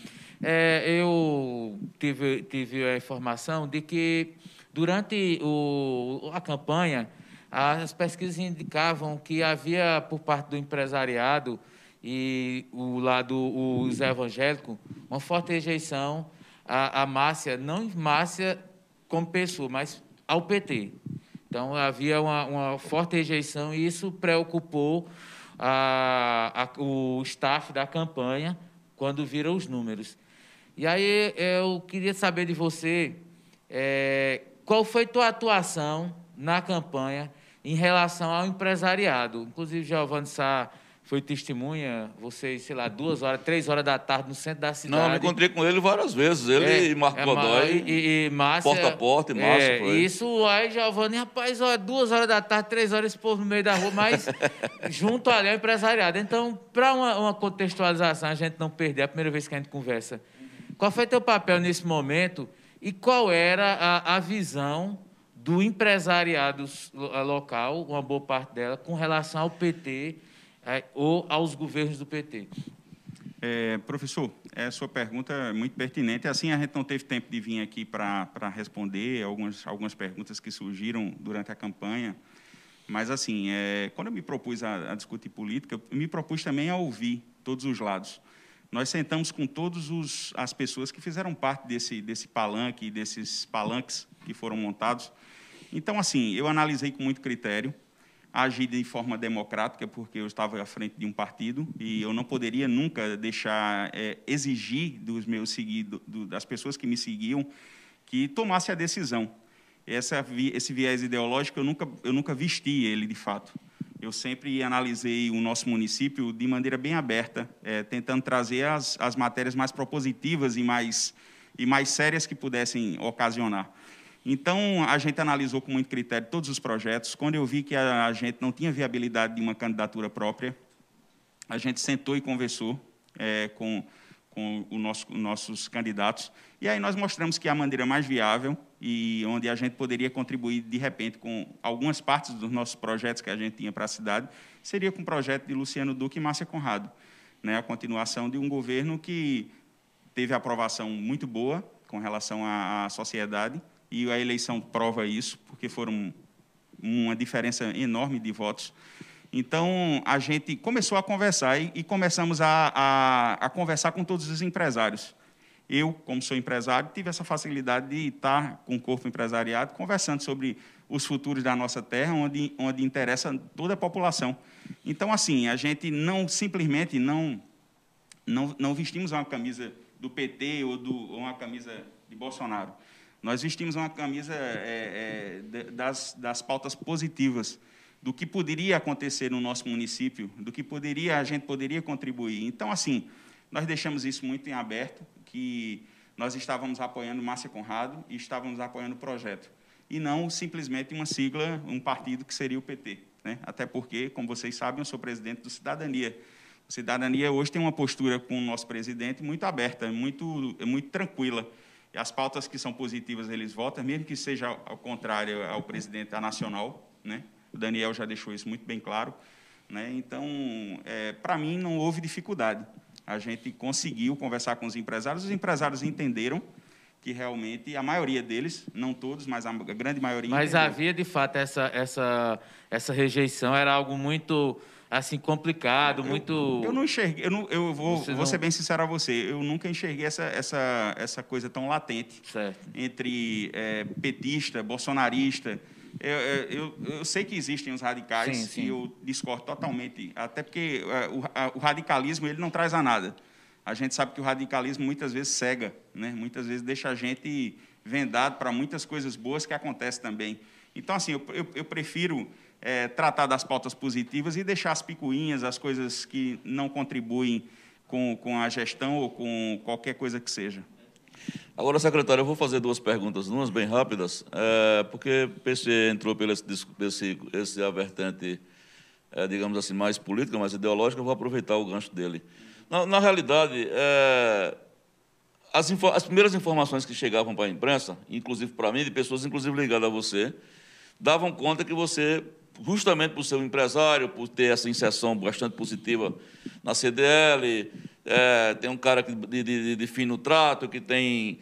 É, eu tive, tive a informação de que durante o, a campanha as pesquisas indicavam que havia por parte do empresariado e o lado os evangélicos, uma forte rejeição à, à Márcia, não Márcia como pessoa, mas ao P T. Então, havia uma, uma forte rejeição e isso preocupou a, a, o staff da campanha quando viram os números. E aí eu queria saber de você, É, qual foi tua atuação na campanha em relação ao empresariado? Inclusive, Giovanni Sá foi testemunha, vocês, sei lá, duas horas, três horas da tarde no centro da cidade. Não, eu me encontrei com ele várias vezes, ele é, e Marco é, Godoy, e, e Márcia, porta a porta, e Márcia é, foi. Isso, aí, Giovanni, rapaz, ó, duas horas da tarde, três horas, esse povo no meio da rua, mas junto ali ao empresariado. Então, para uma, uma contextualização, a gente não perder, a primeira vez que a gente conversa, qual foi teu papel nesse momento e qual era a, a visão do empresariado local, uma boa parte dela, com relação ao P T é, ou aos governos do P T? É, professor, a sua pergunta é muito pertinente. Assim, a gente não teve tempo de vir aqui para responder algumas, algumas perguntas que surgiram durante a campanha, mas, assim, é, quando eu me propus a, a discutir política, eu me propus também a ouvir todos os lados. Nós sentamos com todas as pessoas que fizeram parte desse, desse palanque, desses palanques que foram montados. Então, assim, eu analisei com muito critério, agi de forma democrática, porque eu estava à frente de um partido e eu não poderia nunca deixar, é, exigir dos meus seguidos, do, das pessoas que me seguiam, que tomasse a decisão. Essa, esse viés ideológico, eu nunca, eu nunca vesti ele, de fato. Eu sempre analisei o nosso município de maneira bem aberta, é, tentando trazer as, as matérias mais propositivas e mais, e mais sérias que pudessem ocasionar. Então, a gente analisou com muito critério todos os projetos. Quando eu vi que a, a gente não tinha viabilidade de uma candidatura própria, a gente sentou e conversou é, com, com o nosso, os nossos candidatos. E aí nós mostramos que a maneira mais viável e onde a gente poderia contribuir, de repente, com algumas partes dos nossos projetos que a gente tinha para a cidade, seria com o projeto de Luciano Duque e Márcia Conrado, né? A continuação de um governo que teve aprovação muito boa com relação à, à sociedade, e a eleição prova isso, porque foram uma diferença enorme de votos. Então, a gente começou a conversar e, e começamos a, a, a conversar com todos os empresários. Eu, como sou empresário, tive essa facilidade de estar com o corpo empresariado, conversando sobre os futuros da nossa terra, onde, onde interessa toda a população. Então, assim, a gente não simplesmente não, não, não vestimos uma camisa do P T ou, do, ou uma camisa de Bolsonaro. Nós vestimos uma camisa é, é, das, das pautas positivas, do que poderia acontecer no nosso município, do que poderia, a gente poderia contribuir. Então, assim, nós deixamos isso muito em aberto, que nós estávamos apoiando Márcia Conrado e estávamos apoiando o projeto, e não simplesmente uma sigla, um partido que seria o P T, né? Até porque, como vocês sabem, eu sou presidente do Cidadania. A Cidadania hoje tem uma postura com o nosso presidente muito aberta, muito, muito tranquila. As pautas que são positivas, eles votam, mesmo que seja ao contrário ao presidente da Nacional, né? O Daniel já deixou isso muito bem claro, né? Então, é, para mim, não houve dificuldade. A gente conseguiu conversar com os empresários, os empresários entenderam que realmente a maioria deles, não todos, mas a grande maioria Mas entendeu. Havia, de fato, essa, essa, essa rejeição, era algo muito... assim, complicado, eu, muito... Eu não enxerguei, eu, não, eu vou, vou não... ser bem sincero a você, eu nunca enxerguei essa, essa, essa coisa tão latente certo. entre é, petista, bolsonarista. Eu, eu, eu sei que existem os radicais, sim, sim. E eu discordo totalmente, até porque o, a, o radicalismo ele não traz a nada. A gente sabe que o radicalismo muitas vezes cega, né? Muitas vezes deixa a gente vendado para muitas coisas boas que acontecem também. Então, assim, eu, eu, eu prefiro... É, tratar das pautas positivas e deixar as picuinhas, as coisas que não contribuem com, com a gestão ou com qualquer coisa que seja. Agora, secretário, eu vou fazer duas perguntas, umas bem rápidas, é, porque o P C entrou pelo esse, esse, esse vertente, é, digamos assim, mais política, mais ideológica, eu vou aproveitar o gancho dele. Na, na realidade, é, as, as primeiras informações que chegavam para a imprensa, inclusive para mim, de pessoas inclusive ligadas a você, davam conta que você... justamente por ser um empresário, por ter essa inserção bastante positiva na C D L, é, tem um cara de, de, de fino trato, que tem,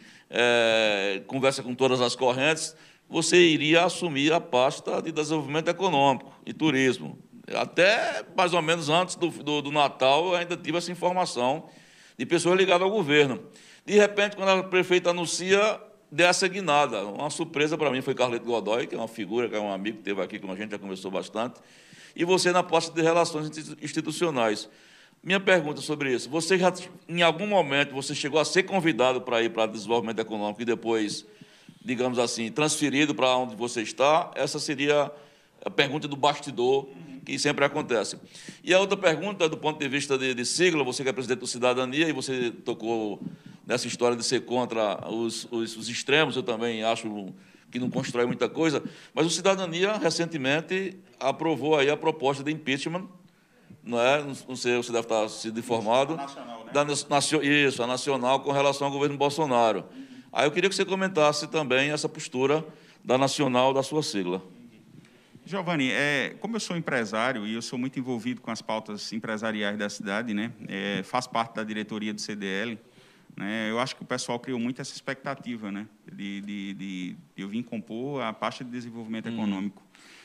é, conversa com todas as correntes, você iria assumir a pasta de desenvolvimento econômico e turismo. Até mais ou menos antes do, do, do Natal, eu ainda tive essa informação de pessoas ligadas ao governo. De repente, quando a prefeita anuncia... dessa guinada. Uma surpresa para mim foi Carleto Godoy, que é uma figura, que é um amigo que esteve aqui com a gente, já conversou bastante, e você na pasta de Relações Institucionais. Minha pergunta sobre isso, você já, em algum momento, você chegou a ser convidado para ir para desenvolvimento econômico e depois digamos assim, transferido para onde você está? Essa seria a pergunta do bastidor, que sempre acontece. E a outra pergunta, do ponto de vista de, de sigla, você que é presidente do Cidadania, e você tocou nessa história de ser contra os, os, os extremos, eu também acho que não constrói muita coisa, mas o Cidadania, recentemente, aprovou aí a proposta de impeachment, não é? Não sei, você deve estar se informado. Nacional, né? Da, isso, a nacional com relação ao governo Bolsonaro. Uhum. Aí eu queria que você comentasse também essa postura da nacional, da sua sigla. Giovanni, é, como eu sou empresário e eu sou muito envolvido com as pautas empresariais da cidade, né, é, faço parte da diretoria do C D L, né, eu acho que o pessoal criou muito essa expectativa, né, de, de, de eu vim compor a pasta de desenvolvimento hum. econômico.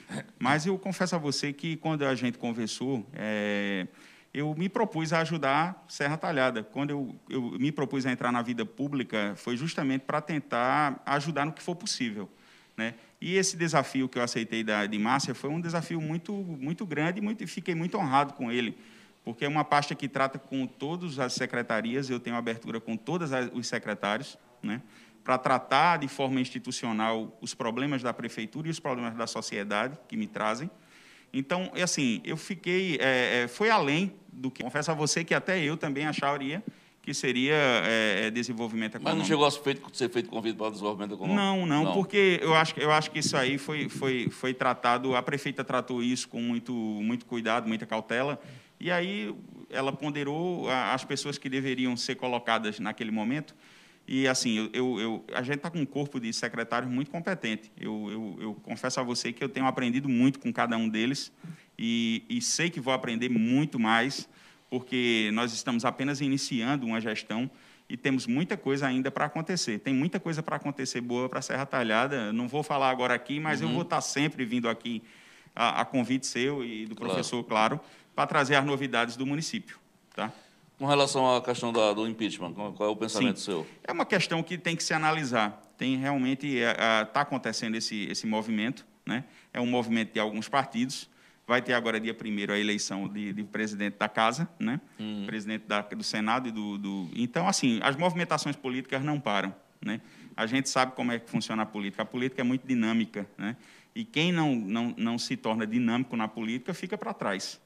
Mas eu confesso a você que, quando a gente conversou, é, eu me propus a ajudar Serra Talhada. Quando eu, eu me propus a entrar na vida pública, foi justamente para tentar ajudar no que for possível, né? E esse desafio que eu aceitei da, de Márcia foi um desafio muito, muito grande e muito, fiquei muito honrado com ele, porque é uma pasta que trata com todas as secretarias, eu tenho abertura com todos os secretários, né, para tratar de forma institucional os problemas da prefeitura e os problemas da sociedade que me trazem. Então, assim, eu fiquei... É, foi além do que... Confesso a você que até eu também acharia que seria é, desenvolvimento econômico. Mas não chegou a ser feito, ser feito convite para o desenvolvimento econômico? Não, não, não, porque eu acho, eu acho que isso aí foi, foi, foi tratado, a prefeita tratou isso com muito, muito cuidado, muita cautela, e aí ela ponderou as pessoas que deveriam ser colocadas naquele momento, e assim, eu, eu, eu, a gente está com um corpo de secretários muito competente. Eu, eu, eu confesso a você que eu tenho aprendido muito com cada um deles, e, e sei que vou aprender muito mais, porque nós estamos apenas iniciando uma gestão e temos muita coisa ainda para acontecer. Tem muita coisa para acontecer boa para a Serra Talhada. Não vou falar agora aqui, mas uhum. eu vou estar sempre vindo aqui a, a convite seu e do claro. professor, claro, para trazer as novidades do município. Tá? Com relação à questão da, do impeachment, qual é o pensamento Sim. seu? É uma questão que tem que se analisar. Tem realmente está acontecendo esse, esse movimento, né? É um movimento de alguns partidos. Vai ter agora, dia primeiro, a eleição de, de presidente da Casa, né? Uhum. Presidente da, do Senado e do, do... Então, assim, as movimentações políticas não param, né? A gente sabe como é que funciona a política. A política é muito dinâmica, né? E quem não, não, não se torna dinâmico na política fica para trás.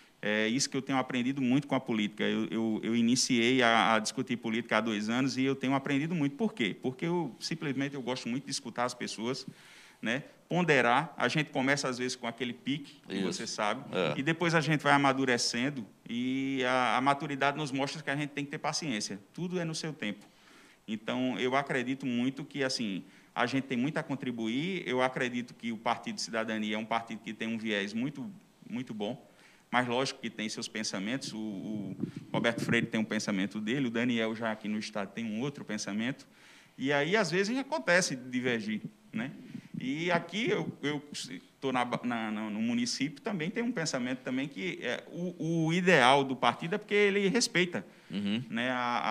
É isso que eu tenho aprendido muito com a política. Eu, eu, eu iniciei a, a discutir política há dois anos e eu tenho aprendido muito. Por quê? Porque eu, simplesmente, eu gosto muito de escutar as pessoas, né? Ponderar, a gente começa às vezes com aquele pique, que Isso. você sabe, é. e depois a gente vai amadurecendo e a, a maturidade nos mostra que a gente tem que ter paciência. Tudo é no seu tempo. Então, eu acredito muito que, assim, a gente tem muito a contribuir. Eu acredito que o Partido Cidadania é um partido que tem um viés muito, muito bom, mas lógico que tem seus pensamentos. O, o Roberto Freire tem um pensamento dele, o Daniel já aqui no estado tem um outro pensamento, e aí às vezes acontece de divergir, né? E aqui eu estou no município, também tem um pensamento também que é, o, o ideal do partido é porque ele respeita uhum. né,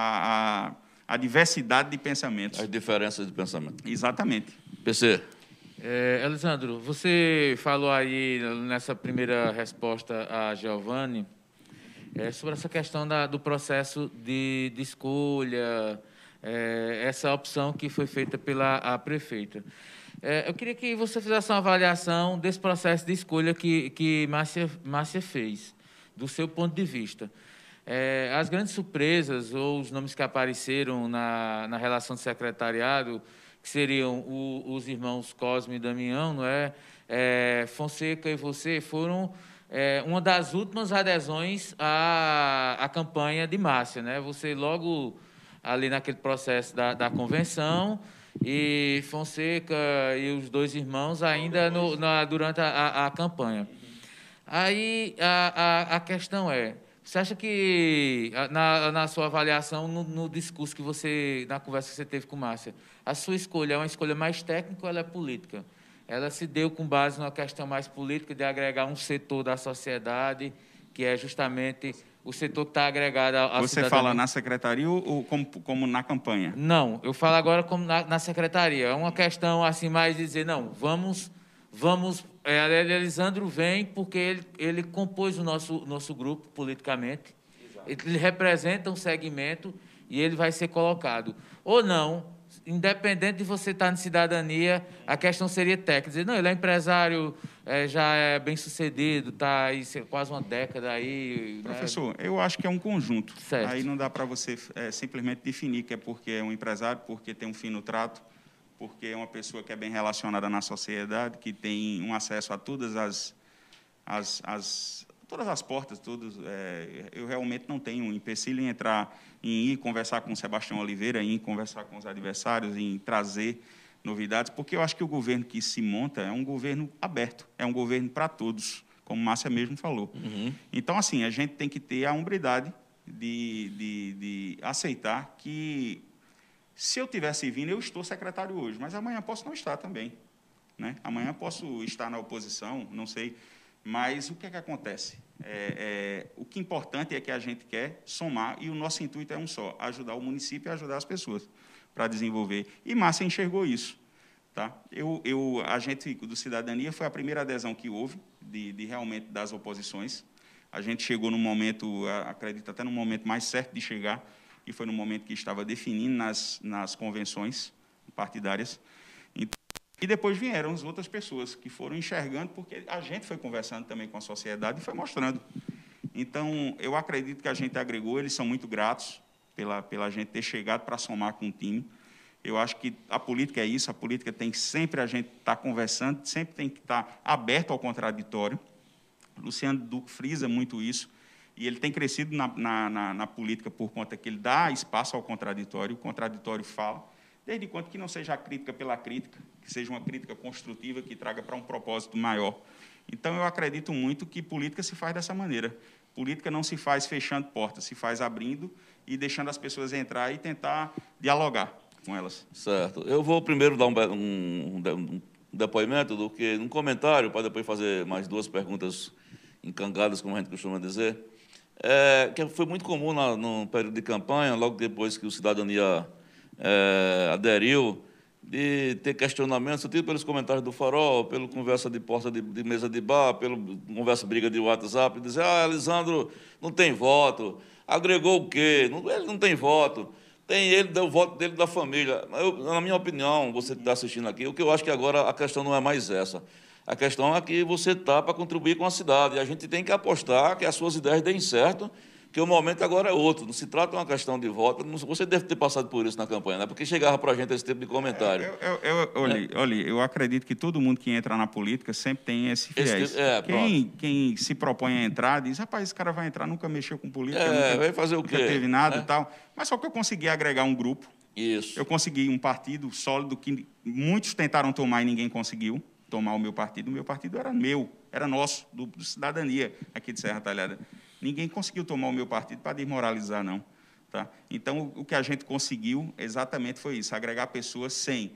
a, a, a diversidade de pensamentos. As diferenças de pensamento. Exatamente. P C. É, Elisandro, você falou aí nessa primeira resposta a Giovanni é, sobre essa questão da, do processo de, de escolha, é, essa opção que foi feita pela a prefeita. É, eu queria que você fizesse uma avaliação desse processo de escolha que, que Márcia, Márcia fez, do seu ponto de vista. É, as grandes surpresas ou os nomes que apareceram na, na relação de secretariado, que seriam o, os irmãos Cosme e Damião, não é? É, Fonseca e você, foram é, uma das últimas adesões à, à campanha de Márcia, né? Você logo ali naquele processo da, da convenção, e Fonseca e os dois irmãos ainda no, na, durante a, a, a campanha. Aí a, a, a questão é, você acha que, na, na sua avaliação, no, no discurso que você, na conversa que você teve com Márcia, a sua escolha é uma escolha mais técnica ou ela é política? Ela se deu com base numa questão mais política de agregar um setor da sociedade, que é justamente o setor que está agregado à Você cidadania. Fala na secretaria ou como, como na campanha? Não, eu falo agora como na, na secretaria. É uma questão assim mais de dizer, não, vamos... vamos é, Elisandro vem porque ele, ele compôs o nosso, nosso grupo politicamente. Exato. Ele representa um segmento e ele vai ser colocado. Ou não, independente de você estar na cidadania, a questão seria técnica. Dizer, não, ele é empresário, é, já é bem sucedido, está aí quase uma década aí. Professor, né? Eu acho que é um conjunto. Certo. Aí não dá para você é, simplesmente definir que é porque é um empresário, porque tem um fino trato, porque é uma pessoa que é bem relacionada na sociedade, que tem um acesso a todas as, as, as todas as portas, todos. É, eu realmente não tenho um empecilho em entrar, em ir conversar com o Sebastião Oliveira, em ir conversar com os adversários, em trazer novidades, porque eu acho que o governo que se monta é um governo aberto, é um governo para todos, como Márcia mesmo falou. Uhum. Então, assim, a gente tem que ter a hombridade de, de, de aceitar que, se eu tivesse vindo, eu estou secretário hoje, mas amanhã posso não estar também, né? Amanhã posso estar na oposição, não sei. Mas o que é que acontece? É, é, o que é importante é que a gente quer somar, e o nosso intuito é um só, ajudar o município e ajudar as pessoas para desenvolver. E Márcia enxergou isso. Tá? Eu, eu, a gente do Cidadania foi a primeira adesão que houve, de, de realmente das oposições. A gente chegou no momento, acredito até no momento mais certo de chegar, e foi no momento que estava definindo nas, nas convenções partidárias. Então, e depois vieram as outras pessoas que foram enxergando, porque a gente foi conversando também com a sociedade e foi mostrando. Então, eu acredito que a gente agregou, eles são muito gratos pela, pela gente ter chegado para somar com o time. Eu acho que a política é isso, a política tem sempre a gente estar tá conversando, sempre tem que estar tá aberto ao contraditório. Luciano Duque frisa muito isso, e ele tem crescido na, na, na, na política por conta que ele dá espaço ao contraditório, o contraditório fala, desde quando que não seja a crítica pela crítica, que seja uma crítica construtiva que traga para um propósito maior. Então, eu acredito muito que política se faz dessa maneira. Política não se faz fechando portas, se faz abrindo e deixando as pessoas entrar e tentar dialogar com elas. Certo. Eu vou primeiro dar um, um, um depoimento, do que um comentário, para depois fazer mais duas perguntas encangadas, como a gente costuma dizer. É, que foi muito comum na, no período de campanha, logo depois que o Cidadania é, aderiu, de ter questionamentos, tipo pelos comentários do Farol, pelo conversa de porta de, de mesa de bar, pelo conversa briga de WhatsApp, dizer, ah, Lisandro não tem voto, agregou o quê? Não, ele não tem voto, tem ele, deu o voto dele da família. Eu, na minha opinião, você que está assistindo aqui, o que eu acho que agora a questão não é mais essa. A questão é que você está para contribuir com a cidade. E a gente tem que apostar que as suas ideias deem certo, que o momento agora é outro. Não se trata de uma questão de voto. Você deve ter passado por isso na campanha, né? Porque chegava para a gente esse tipo de comentário. É, eu, eu, eu, olha, é. olha, eu acredito que todo mundo que entra na política sempre tem esse viés. É, quem, quem se propõe a entrar diz, rapaz, esse cara vai entrar, nunca mexeu com política, é, nunca, vai fazer o nunca quê? teve nada é. e tal. Mas só que eu consegui agregar um grupo. Isso. Eu consegui um partido sólido que muitos tentaram tomar e ninguém conseguiu tomar o meu partido. O meu partido era meu, era nosso, do, do Cidadania, aqui de Serra Talhada. Ninguém conseguiu tomar o meu partido para desmoralizar, não. Tá? Então, o, o que a gente conseguiu exatamente foi isso, agregar pessoas sem,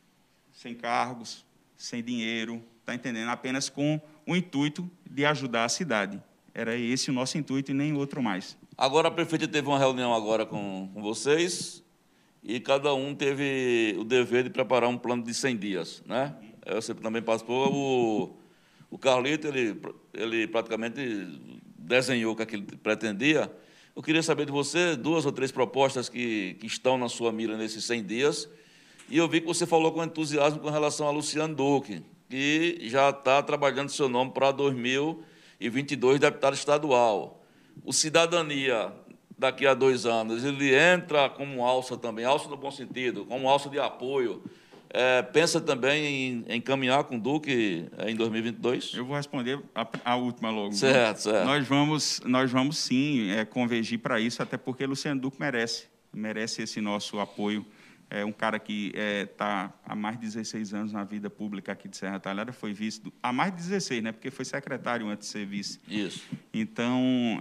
sem cargos, sem dinheiro, tá entendendo? Apenas com o intuito de ajudar a cidade. Era esse o nosso intuito e nem outro mais. Agora, a prefeita teve uma reunião agora com, com vocês e cada um teve o dever de preparar um plano de cem dias, né? Você também participou. O, o Carlito, ele, ele praticamente desenhou o que ele pretendia. Eu queria saber de você duas ou três propostas que, que estão na sua mira nesses cem dias. E eu vi que você falou com entusiasmo com relação a Luciano Duque, que já está trabalhando seu nome para dois mil e vinte e dois, deputado estadual. O Cidadania, daqui a dois anos, ele entra como alça também, alça no bom sentido, como alça de apoio. É, pensa também em, em caminhar com o Duque em dois mil e vinte e dois? Eu vou responder a, a última logo. Certo, certo. Nós vamos, nós vamos sim, é, convergir para isso, até porque Luciano Duque merece, merece esse nosso apoio. É um cara que está é, há mais de dezesseis anos na vida pública aqui de Serra Talhada, foi vice, do, há mais de dezesseis, né, porque foi secretário antes de ser vice. Isso. Então,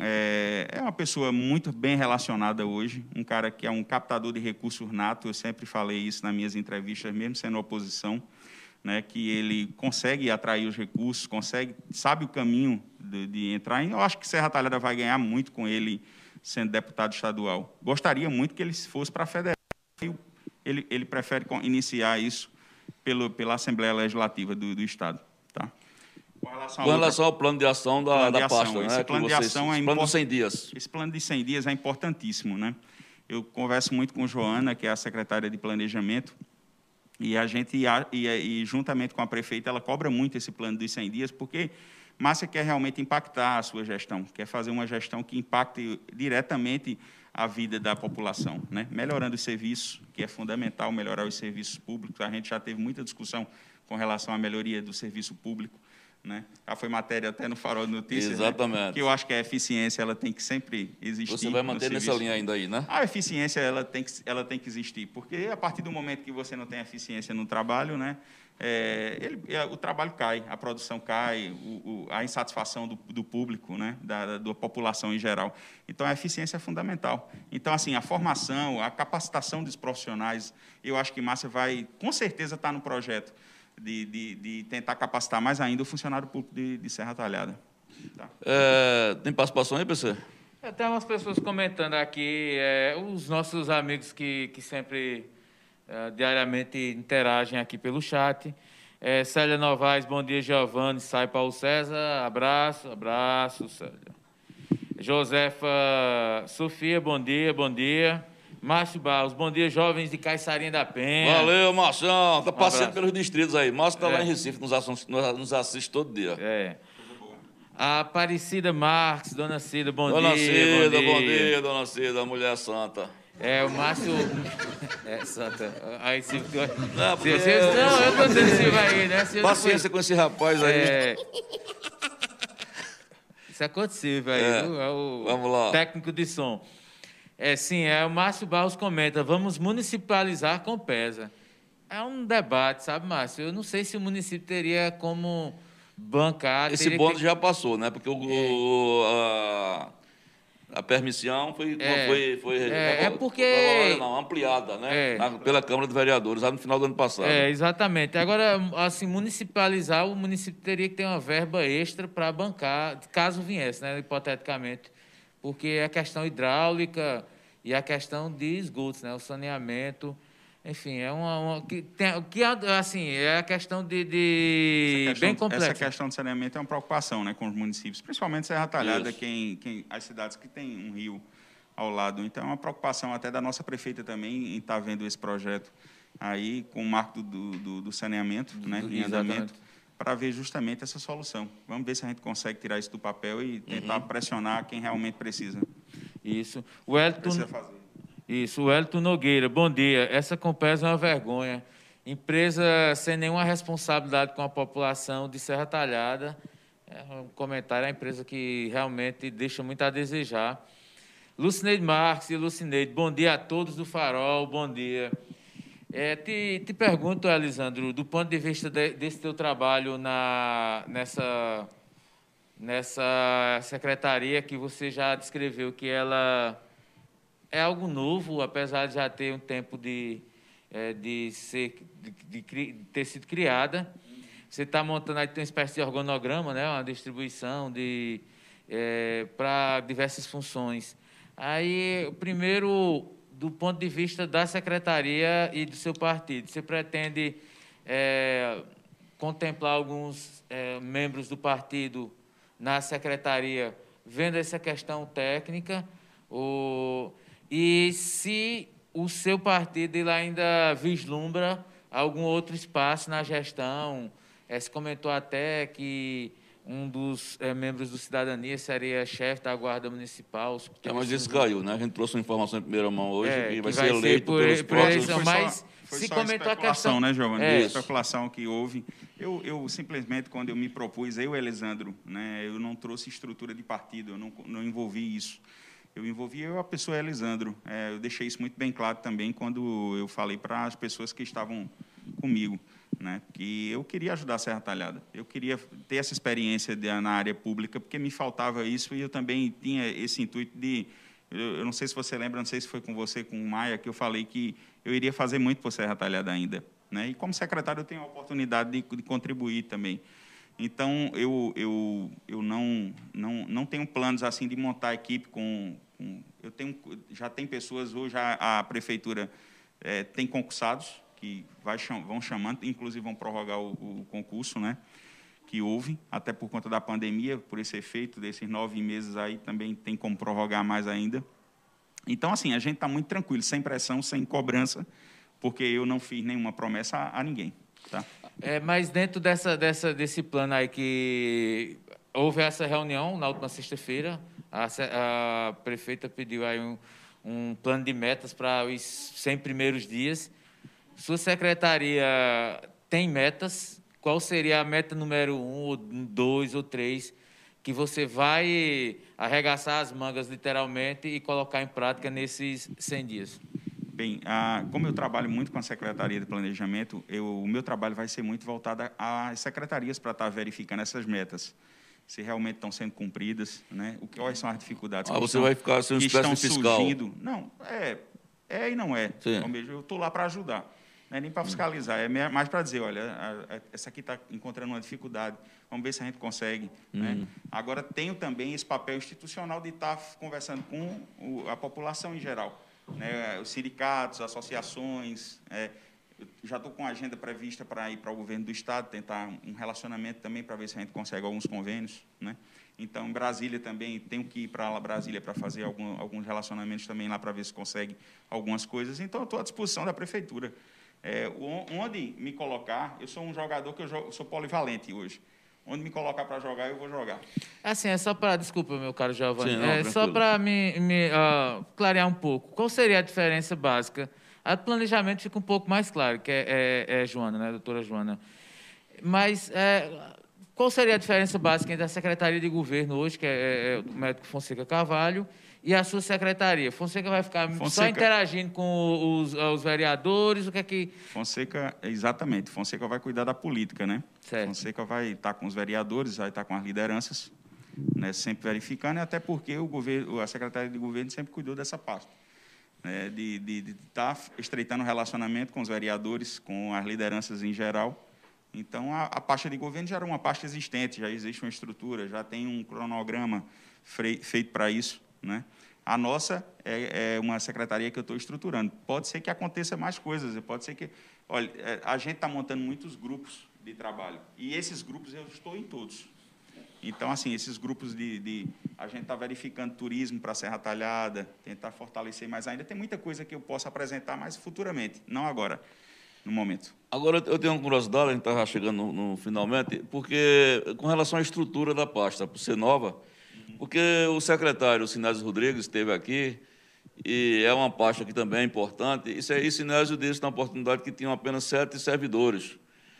é, é uma pessoa muito bem relacionada hoje, um cara que é um captador de recursos nato, eu sempre falei isso nas minhas entrevistas, mesmo sendo oposição, né, que ele consegue atrair os recursos, consegue, sabe o caminho de, de entrar, e eu acho que Serra Talhada vai ganhar muito com ele sendo deputado estadual. Gostaria muito que ele fosse para a federal, Ele, ele prefere iniciar isso pelo, pela Assembleia Legislativa do, do Estado. Tá? Com relação, com relação outra... ao plano de ação da, plano da de pasta, ação. Esse né? plano de vocês, ação é plano de cem dias. Esse plano de cem dias é importantíssimo, né? Eu converso muito com Joana, que é a secretária de Planejamento, e a gente, e, e juntamente com a prefeita, ela cobra muito esse plano dos cem dias, porque Márcia quer realmente impactar a sua gestão, quer fazer uma gestão que impacte diretamente a vida da população, né? Melhorando os serviços, que é fundamental melhorar os serviços públicos. A gente já teve muita discussão com relação à melhoria do serviço público, né? Já foi matéria até no Farol de Notícias. Exatamente. Né? Que eu acho que a eficiência ela tem que sempre existir. Você vai manter nessa linha ainda aí, né? A eficiência ela tem que, ela tem que existir, porque a partir do momento que você não tem eficiência no trabalho, né? É, ele, é, o trabalho cai, a produção cai, o, o, a insatisfação do, do público, né, da, da população em geral. Então, a eficiência é fundamental. Então, assim, a formação, a capacitação dos profissionais, eu acho que Márcia vai, com certeza, estar no projeto de, de, de tentar capacitar mais ainda o funcionário público de, de Serra Talhada. Tá. É, tem participação aí, P C? Tem umas pessoas comentando aqui, é, os nossos amigos que, que sempre... Uh, diariamente interagem aqui pelo chat. É, Célia Novaes, bom dia, Giovanni, sai Paulo César, abraço, abraço, Célia. Josefa Sofia, bom dia, bom dia. Márcio Barros, bom dia, jovens de Caiçarinha da Penha. Valeu, Marcião, tá Um passeando abraço. pelos distritos aí. Márcio tá É. lá em Recife, nos assiste, nos assiste todo dia. É. A Aparecida Marques, Dona Cida, bom Dona dia. Cida, bom bom dia, dia, Dona Cida, a mulher santa. É, o Márcio... É, Santa. Aí, se... Não, se, porque- se, não, eu tô dizendo se vai aí, né? Se eu não Paciência com esse rapaz fui- aí. É... Isso aconteceu, velho. É, É o vamos lá. técnico de som. É, sim, é, o Márcio Barros comenta, vamos municipalizar Compesa. É um debate, sabe, Márcio? Eu não sei se o município teria como bancar... Esse teria bonde que- já passou, né? Porque o, o- a, a permissão foi, É. foi, foi, É, é porque- foi- não, ampliada, né? É. Na- pela Câmara de Vereadores, lá no final do ano passado. É, exatamente. Agora, assim, municipalizar, o município teria que ter uma verba extra para bancar, caso viesse, né, hipoteticamente, porque a questão hidráulica e a questão de esgotos, né, o saneamento, enfim, é uma, uma que tem, que assim, é a questão de, de Essa questão, bem complexa. essa questão de saneamento é uma preocupação, né, com os municípios, principalmente Serra Talhada, Isso. quem, quem, as cidades que têm um rio ao lado. Então, é uma preocupação até da nossa prefeita também em estar vendo esse projeto aí com o marco do, do, do saneamento, né, em Exatamente. andamento, para ver justamente essa solução. Vamos ver se a gente consegue tirar isso do papel e tentar Uhum. pressionar quem realmente precisa. Isso. O Elton, Precisa fazer. Isso, o Elton Nogueira, bom dia. Essa Compesa é uma vergonha. Empresa sem nenhuma responsabilidade com a população de Serra Talhada. É um comentário, é uma empresa que realmente deixa muito a desejar. Lucineide Marques e Lucineide, bom dia a todos do Farol, bom dia. É, te, te pergunto, Elisandro, do ponto de vista de, desse teu trabalho na, nessa, nessa secretaria que você já descreveu, que ela é algo novo, apesar de já ter um tempo de, é, de, ser, de, de, cri- de ter sido criada. Você está montando aí tem uma espécie de organograma, né? Uma distribuição de, é, para diversas funções. Aí, primeiro, do ponto de vista da secretaria e do seu partido, você pretende é, contemplar alguns é, membros do partido na secretaria, vendo essa questão técnica, ou, e se o seu partido ele ainda vislumbra algum outro espaço na gestão. É, se comentou até que um dos é, membros do Cidadania seria chefe da Guarda Municipal. É, mas isso caiu, né? A gente trouxe uma informação em primeira mão hoje, É, que que vai vai ser ser eleito por- pelos por próximos... eleição. Foi só- mas foi se só comentou a especulação, questão- né, Giovanni? É. Especulação que houve. Eu, eu simplesmente, quando eu me propus, eu, Elisandro, né, eu não trouxe estrutura de partido, eu não, não envolvi isso. Eu envolvi eu, a pessoa Elisandro. É, eu deixei isso muito bem claro também quando eu falei para as pessoas que estavam comigo, né, que eu queria ajudar a Serra Talhada. Eu queria ter essa experiência de, na área pública, porque me faltava isso e eu também tinha esse intuito de... Eu, eu não sei se você lembra, não sei se foi com você, com o Maia, que eu falei que eu iria fazer muito por Serra Talhada ainda, né? E como secretário eu tenho a oportunidade de, de contribuir também. Então, eu, eu, eu não, não, não tenho planos assim de montar a equipe com... com eu tenho, já tem pessoas, hoje a, a prefeitura é, tem concursados, que vai, vão chamando, inclusive vão prorrogar o, o concurso, né, que houve, até por conta da pandemia, por esse efeito desses nove meses aí, também tem como prorrogar mais ainda. Então, assim, a gente está muito tranquilo, sem pressão, sem cobrança, porque eu não fiz nenhuma promessa a, a ninguém. Tá? É, mas dentro dessa, dessa, desse plano aí que houve essa reunião na última sexta-feira, a, a prefeita pediu aí um, um plano de metas para os cem primeiros dias. Sua secretaria tem metas? Qual seria a meta número um, ou dois ou três que você vai arregaçar as mangas, literalmente, e colocar em prática nesses cem dias? Bem, a, como eu trabalho muito com a Secretaria de Planejamento, eu, o meu trabalho vai ser muito voltado às secretarias para estar verificando essas metas, se realmente estão sendo cumpridas, né? O que, quais são as dificuldades ah, que, você estão, vai ficar sendo que espécie estão fiscal. surgindo. Não, é, é e não é. Sim. Eu estou lá para ajudar. Não é nem para fiscalizar, é mais para dizer, olha, a, a, essa aqui está encontrando uma dificuldade, vamos ver se a gente consegue. Hum. Né? Agora, tenho também esse papel institucional de estar conversando com o, a população em geral, né? Os sindicatos, associações. É, eu já estou com a agenda prevista para ir para o governo do Estado, tentar um relacionamento também para ver se a gente consegue alguns convênios. Né? Então, em Brasília também, tenho que ir para Brasília para fazer algum, alguns relacionamentos também lá para ver se consegue algumas coisas. Então, eu estou à disposição da Prefeitura. É, onde me colocar, eu sou um jogador que eu jogo, sou polivalente hoje. Onde me colocar para jogar, eu vou jogar. Assim, é só para... Desculpa, meu caro Giovanni. Sim, não, é só para me, me uh, clarear um pouco. Qual seria a diferença básica? A planejamento fica um pouco mais claro, que é, é, é Joana, né, doutora Joana. Mas é, qual seria a diferença básica entre a Secretaria de Governo hoje, que é, é o médico Fonseca Carvalho, e a sua secretaria? Fonseca vai ficar Fonseca, só interagindo com os, os vereadores? O que é que... Fonseca, exatamente. Fonseca vai cuidar da política, né? Certo. Fonseca vai estar com os vereadores, vai estar com as lideranças, né, sempre verificando, até porque o governo, a Secretaria de Governo sempre cuidou dessa parte, né, de, de, de estar estreitando o relacionamento com os vereadores, com as lideranças em geral. Então, a, a pasta de governo já era uma pasta existente, já existe uma estrutura, já tem um cronograma fre, feito para isso. Né? A nossa é, é uma secretaria que eu estou estruturando. Pode ser que aconteça mais coisas, pode ser que... Olha, a gente está montando muitos grupos de trabalho, e esses grupos eu estou em todos. Então, assim, esses grupos de... de a gente está verificando turismo para a Serra Talhada, tentar fortalecer mais ainda. Tem muita coisa que eu posso apresentar mais futuramente, não agora, no momento. Agora, eu tenho uma curiosidade, a gente está chegando no, no finalmente, porque com relação à estrutura da pasta, por ser nova... Porque o secretário Sinésio Rodrigues esteve aqui, e é uma pasta que também é importante, isso aí Sinésio disse na oportunidade que tinham apenas sete servidores.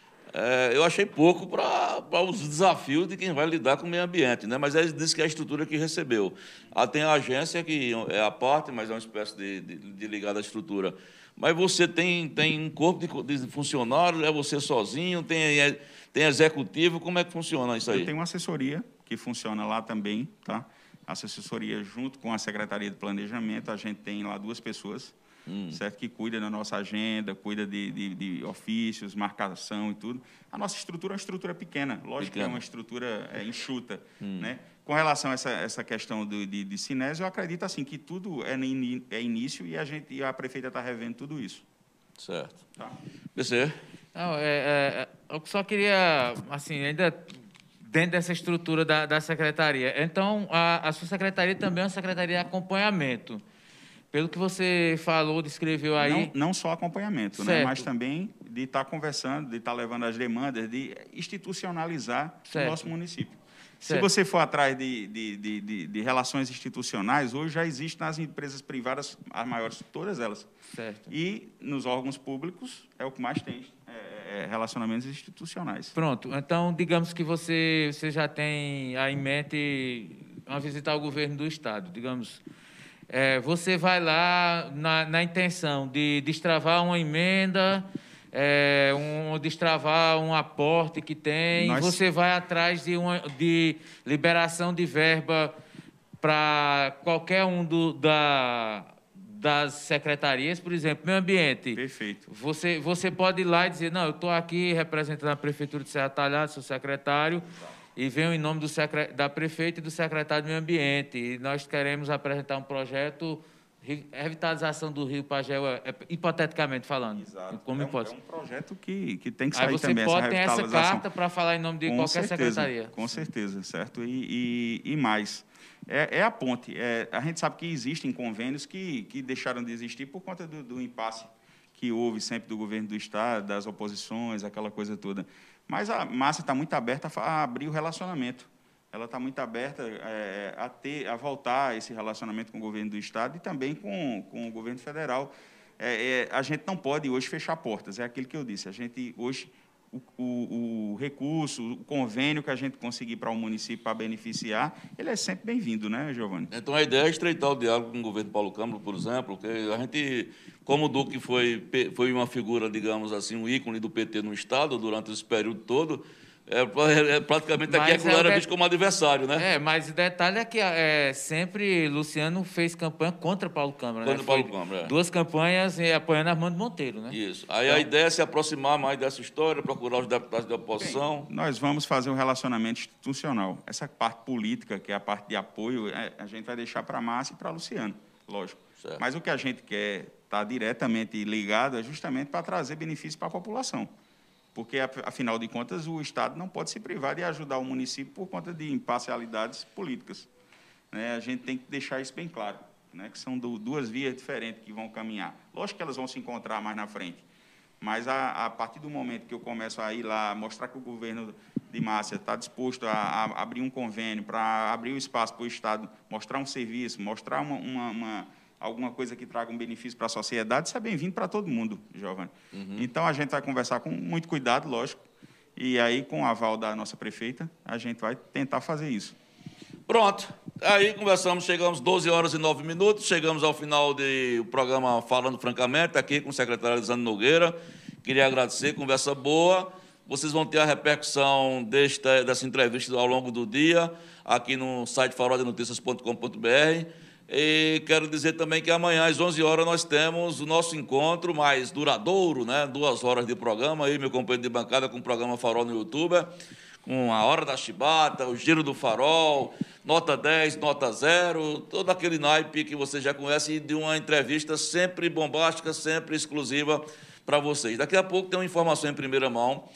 É, eu achei pouco para os desafios de quem vai lidar com o meio ambiente, né? Mas ele disse que é a estrutura que recebeu. Ah, tem a agência, que é a parte, mas é uma espécie de, de, de ligada à estrutura. Mas você tem, tem um corpo de, de funcionários, é você sozinho, tem, é, tem executivo, como é que funciona isso aí? Eu tenho uma assessoria que funciona lá também, tá? A assessoria junto com a Secretaria de Planejamento, a gente tem lá duas pessoas, hum. certo? Que cuida da nossa agenda, cuida de, de, de ofícios, marcação e tudo. A nossa estrutura é uma estrutura pequena, lógico pequena. que é uma estrutura é, enxuta, hum. né? Com relação a essa, essa questão do, de, de Sinésio, eu acredito assim, que tudo é, in, é início e a, gente, e a prefeita está revendo tudo isso. Certo. Tá. P C? Não, é, é, eu só queria, assim, ainda... dentro dessa estrutura da, da secretaria. Então, a, a sua secretaria também é uma secretaria de acompanhamento. Pelo que você falou, descreveu aí... Não, não só acompanhamento, né? Mas também de estar conversando, de estar levando as demandas, de institucionalizar certo. o nosso município. Certo. Se você for atrás de, de, de, de, de relações institucionais, hoje já existe nas empresas privadas, as maiores, todas elas. Certo. E nos órgãos públicos é o que mais tem. É, relacionamentos institucionais. Pronto. Então, digamos que você, você já tem em mente uma visita ao governo do Estado. Digamos, é, você vai lá na, na intenção de destravar uma emenda, é, um, destravar um aporte que tem, Nós... você vai atrás de, uma, de liberação de verba para qualquer um do, da... das secretarias, por exemplo, meio ambiente. Perfeito. Você, você pode ir lá e dizer, não, eu estou aqui representando a Prefeitura de Serra Talhada, sou secretário, e venho em nome do secre... da prefeita e do secretário do meio ambiente. E nós queremos apresentar um projeto, revitalização do Rio Pajéu, hipoteticamente falando. Exato. Como é, um, hipótese. é um projeto que, que tem que sair Aí você também, pode essa ter essa revitalização. carta para falar em nome de com qualquer certeza, secretaria. Com certeza, certo? E, e, e mais... é, é a ponte. É, a gente sabe que existem convênios que, que deixaram de existir por conta do, do impasse que houve sempre do governo do Estado, das oposições, aquela coisa toda. Mas a Márcia está muito aberta a abrir o relacionamento. Ela está muito aberta é, a, ter, a voltar a esse relacionamento com o governo do Estado e também com, com o governo federal. É, é, a gente não pode hoje fechar portas, é aquilo que eu disse. A gente hoje, o, o, o recurso, o convênio que a gente conseguir para o município para beneficiar, ele é sempre bem-vindo, né, Giovanni? Então a ideia é estreitar o diálogo com o governo Paulo Câmara, por exemplo, que a gente, como o Duque foi, foi uma figura, digamos assim, um ícone do P T no Estado durante esse período todo. É, praticamente aqui aquilo era visto como adversário, né? É, mas o detalhe é que é, sempre Luciano fez campanha contra Paulo Câmara, contra né? Paulo Câmara, é. Duas campanhas apoiando Armando Monteiro, né? Isso. Aí então, a ideia é se aproximar mais dessa história, procurar os deputados da oposição. Bem, nós vamos fazer um relacionamento institucional. Essa parte política, que é a parte de apoio, a gente vai deixar para a Márcia e para Luciano, lógico. Certo. Mas o que a gente quer estar diretamente ligado é justamente para trazer benefício para a população. Porque, afinal de contas, o Estado não pode se privar de ajudar o município por conta de imparcialidades políticas. Né? A gente tem que deixar isso bem claro, né? Que são do, duas vias diferentes que vão caminhar. Lógico que elas vão se encontrar mais na frente, mas a, a partir do momento que eu começo a ir lá, mostrar que o governo de Márcia está disposto a, a abrir um convênio, para abrir o espaço para o Estado, mostrar um serviço, mostrar uma... uma, uma alguma coisa que traga um benefício para a sociedade, isso é bem-vindo para todo mundo, Giovanni. Uhum. Então, a gente vai conversar com muito cuidado, lógico, e aí, com o aval da nossa prefeita, a gente vai tentar fazer isso. Pronto. Aí, conversamos, chegamos doze horas e nove minutos, chegamos ao final do programa Falando Francamente, aqui com o secretário Elisandro Nogueira. Queria agradecer, conversa boa. Vocês vão ter a repercussão desta, dessa entrevista ao longo do dia, aqui no site farol de noticias ponto com ponto br. E quero dizer também que amanhã, às onze horas, nós temos o nosso encontro mais duradouro, né? Duas horas de programa, aí meu companheiro de bancada com o programa Farol no YouTube, com a Hora da Chibata, o Giro do Farol, Nota dez, Nota zero, todo aquele naipe que você já conhece, e de uma entrevista sempre bombástica, sempre exclusiva para vocês. Daqui a pouco tem uma informação em primeira mão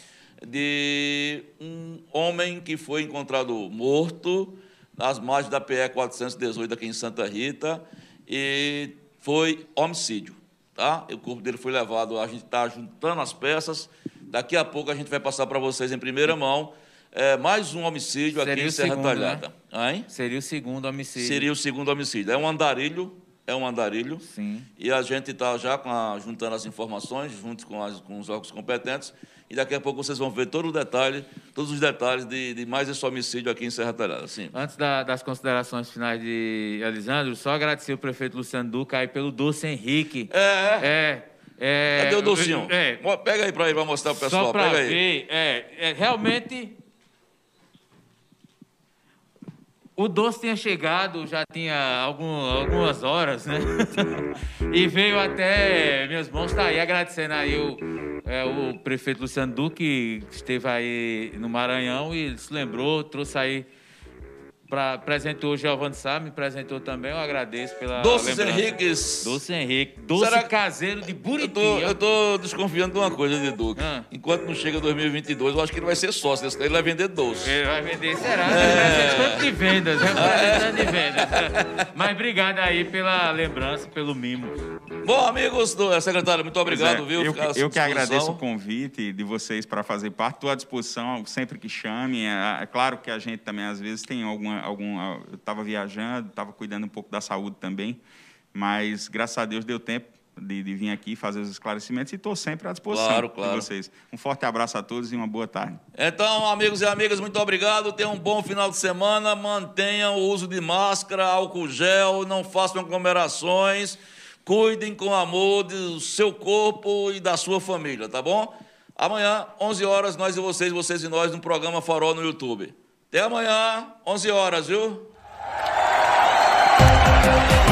de um homem que foi encontrado morto nas margens da P E quatrocentos e dezoito aqui em Santa Rita, e foi homicídio, tá? O corpo dele foi levado, a gente está juntando as peças, daqui a pouco a gente vai passar para vocês em primeira mão é, mais um homicídio Seria aqui em Serra segundo, Talhada. Né? Hein? Seria o segundo homicídio. Seria o segundo homicídio. É um andarilho, é um andarilho, Sim. E a gente está já com a, juntando as informações, junto com, as, com os órgãos competentes, e daqui a pouco vocês vão ver todo o detalhe, todos os detalhes de, de mais esse homicídio aqui em Serra Talhada. Sim. Antes da, das considerações finais de Elisandro, só agradecer o prefeito Luciano Duque aí pelo doce Henrique. É, é. é Cadê o docinho? É, Pega aí para aí, para mostrar para o pessoal. Só para Pega ver, aí. É, é, realmente... O doce tinha chegado, já tinha algum, algumas horas, né? E veio até minhas mãos, tá aí, agradecendo aí o, é, o prefeito Luciano Duque, que esteve aí no Maranhão e se lembrou, trouxe aí, pra, apresentou o Giovanni Sá, me apresentou também, eu agradeço pela Doces lembrança. Henriques. Doce Henrique, doce Será... caseiro de Buriti. Eu tô, eu tô desconfiando de uma coisa de Duque. Ah. Enquanto não chega dois mil e vinte e dois, eu acho que ele vai ser sócio desse daí, ele vai vender doce. Ele vai vender, será? É. Representante de vendas, representante de vendas. Mas obrigado aí pela lembrança, pelo mimo. Bom, amigos do secretário, muito obrigado, é, viu? Eu, eu que agradeço o convite de vocês para fazer parte. Estou à disposição sempre que chamem. É, é claro que a gente também, às vezes, tem alguma... alguma eu estava viajando, estava cuidando um pouco da saúde também, mas, graças a Deus, deu tempo de, de vir aqui fazer os esclarecimentos e estou sempre à disposição claro, claro. de vocês. Um forte abraço a todos e uma boa tarde. Então, amigos e amigas, muito obrigado. Tenham um bom final de semana. Mantenham o uso de máscara, álcool gel, não façam aglomerações. Cuidem com amor do seu corpo e da sua família, tá bom? Amanhã, onze horas, nós e vocês, vocês e nós, no programa Farol no YouTube. Até amanhã, onze horas, viu?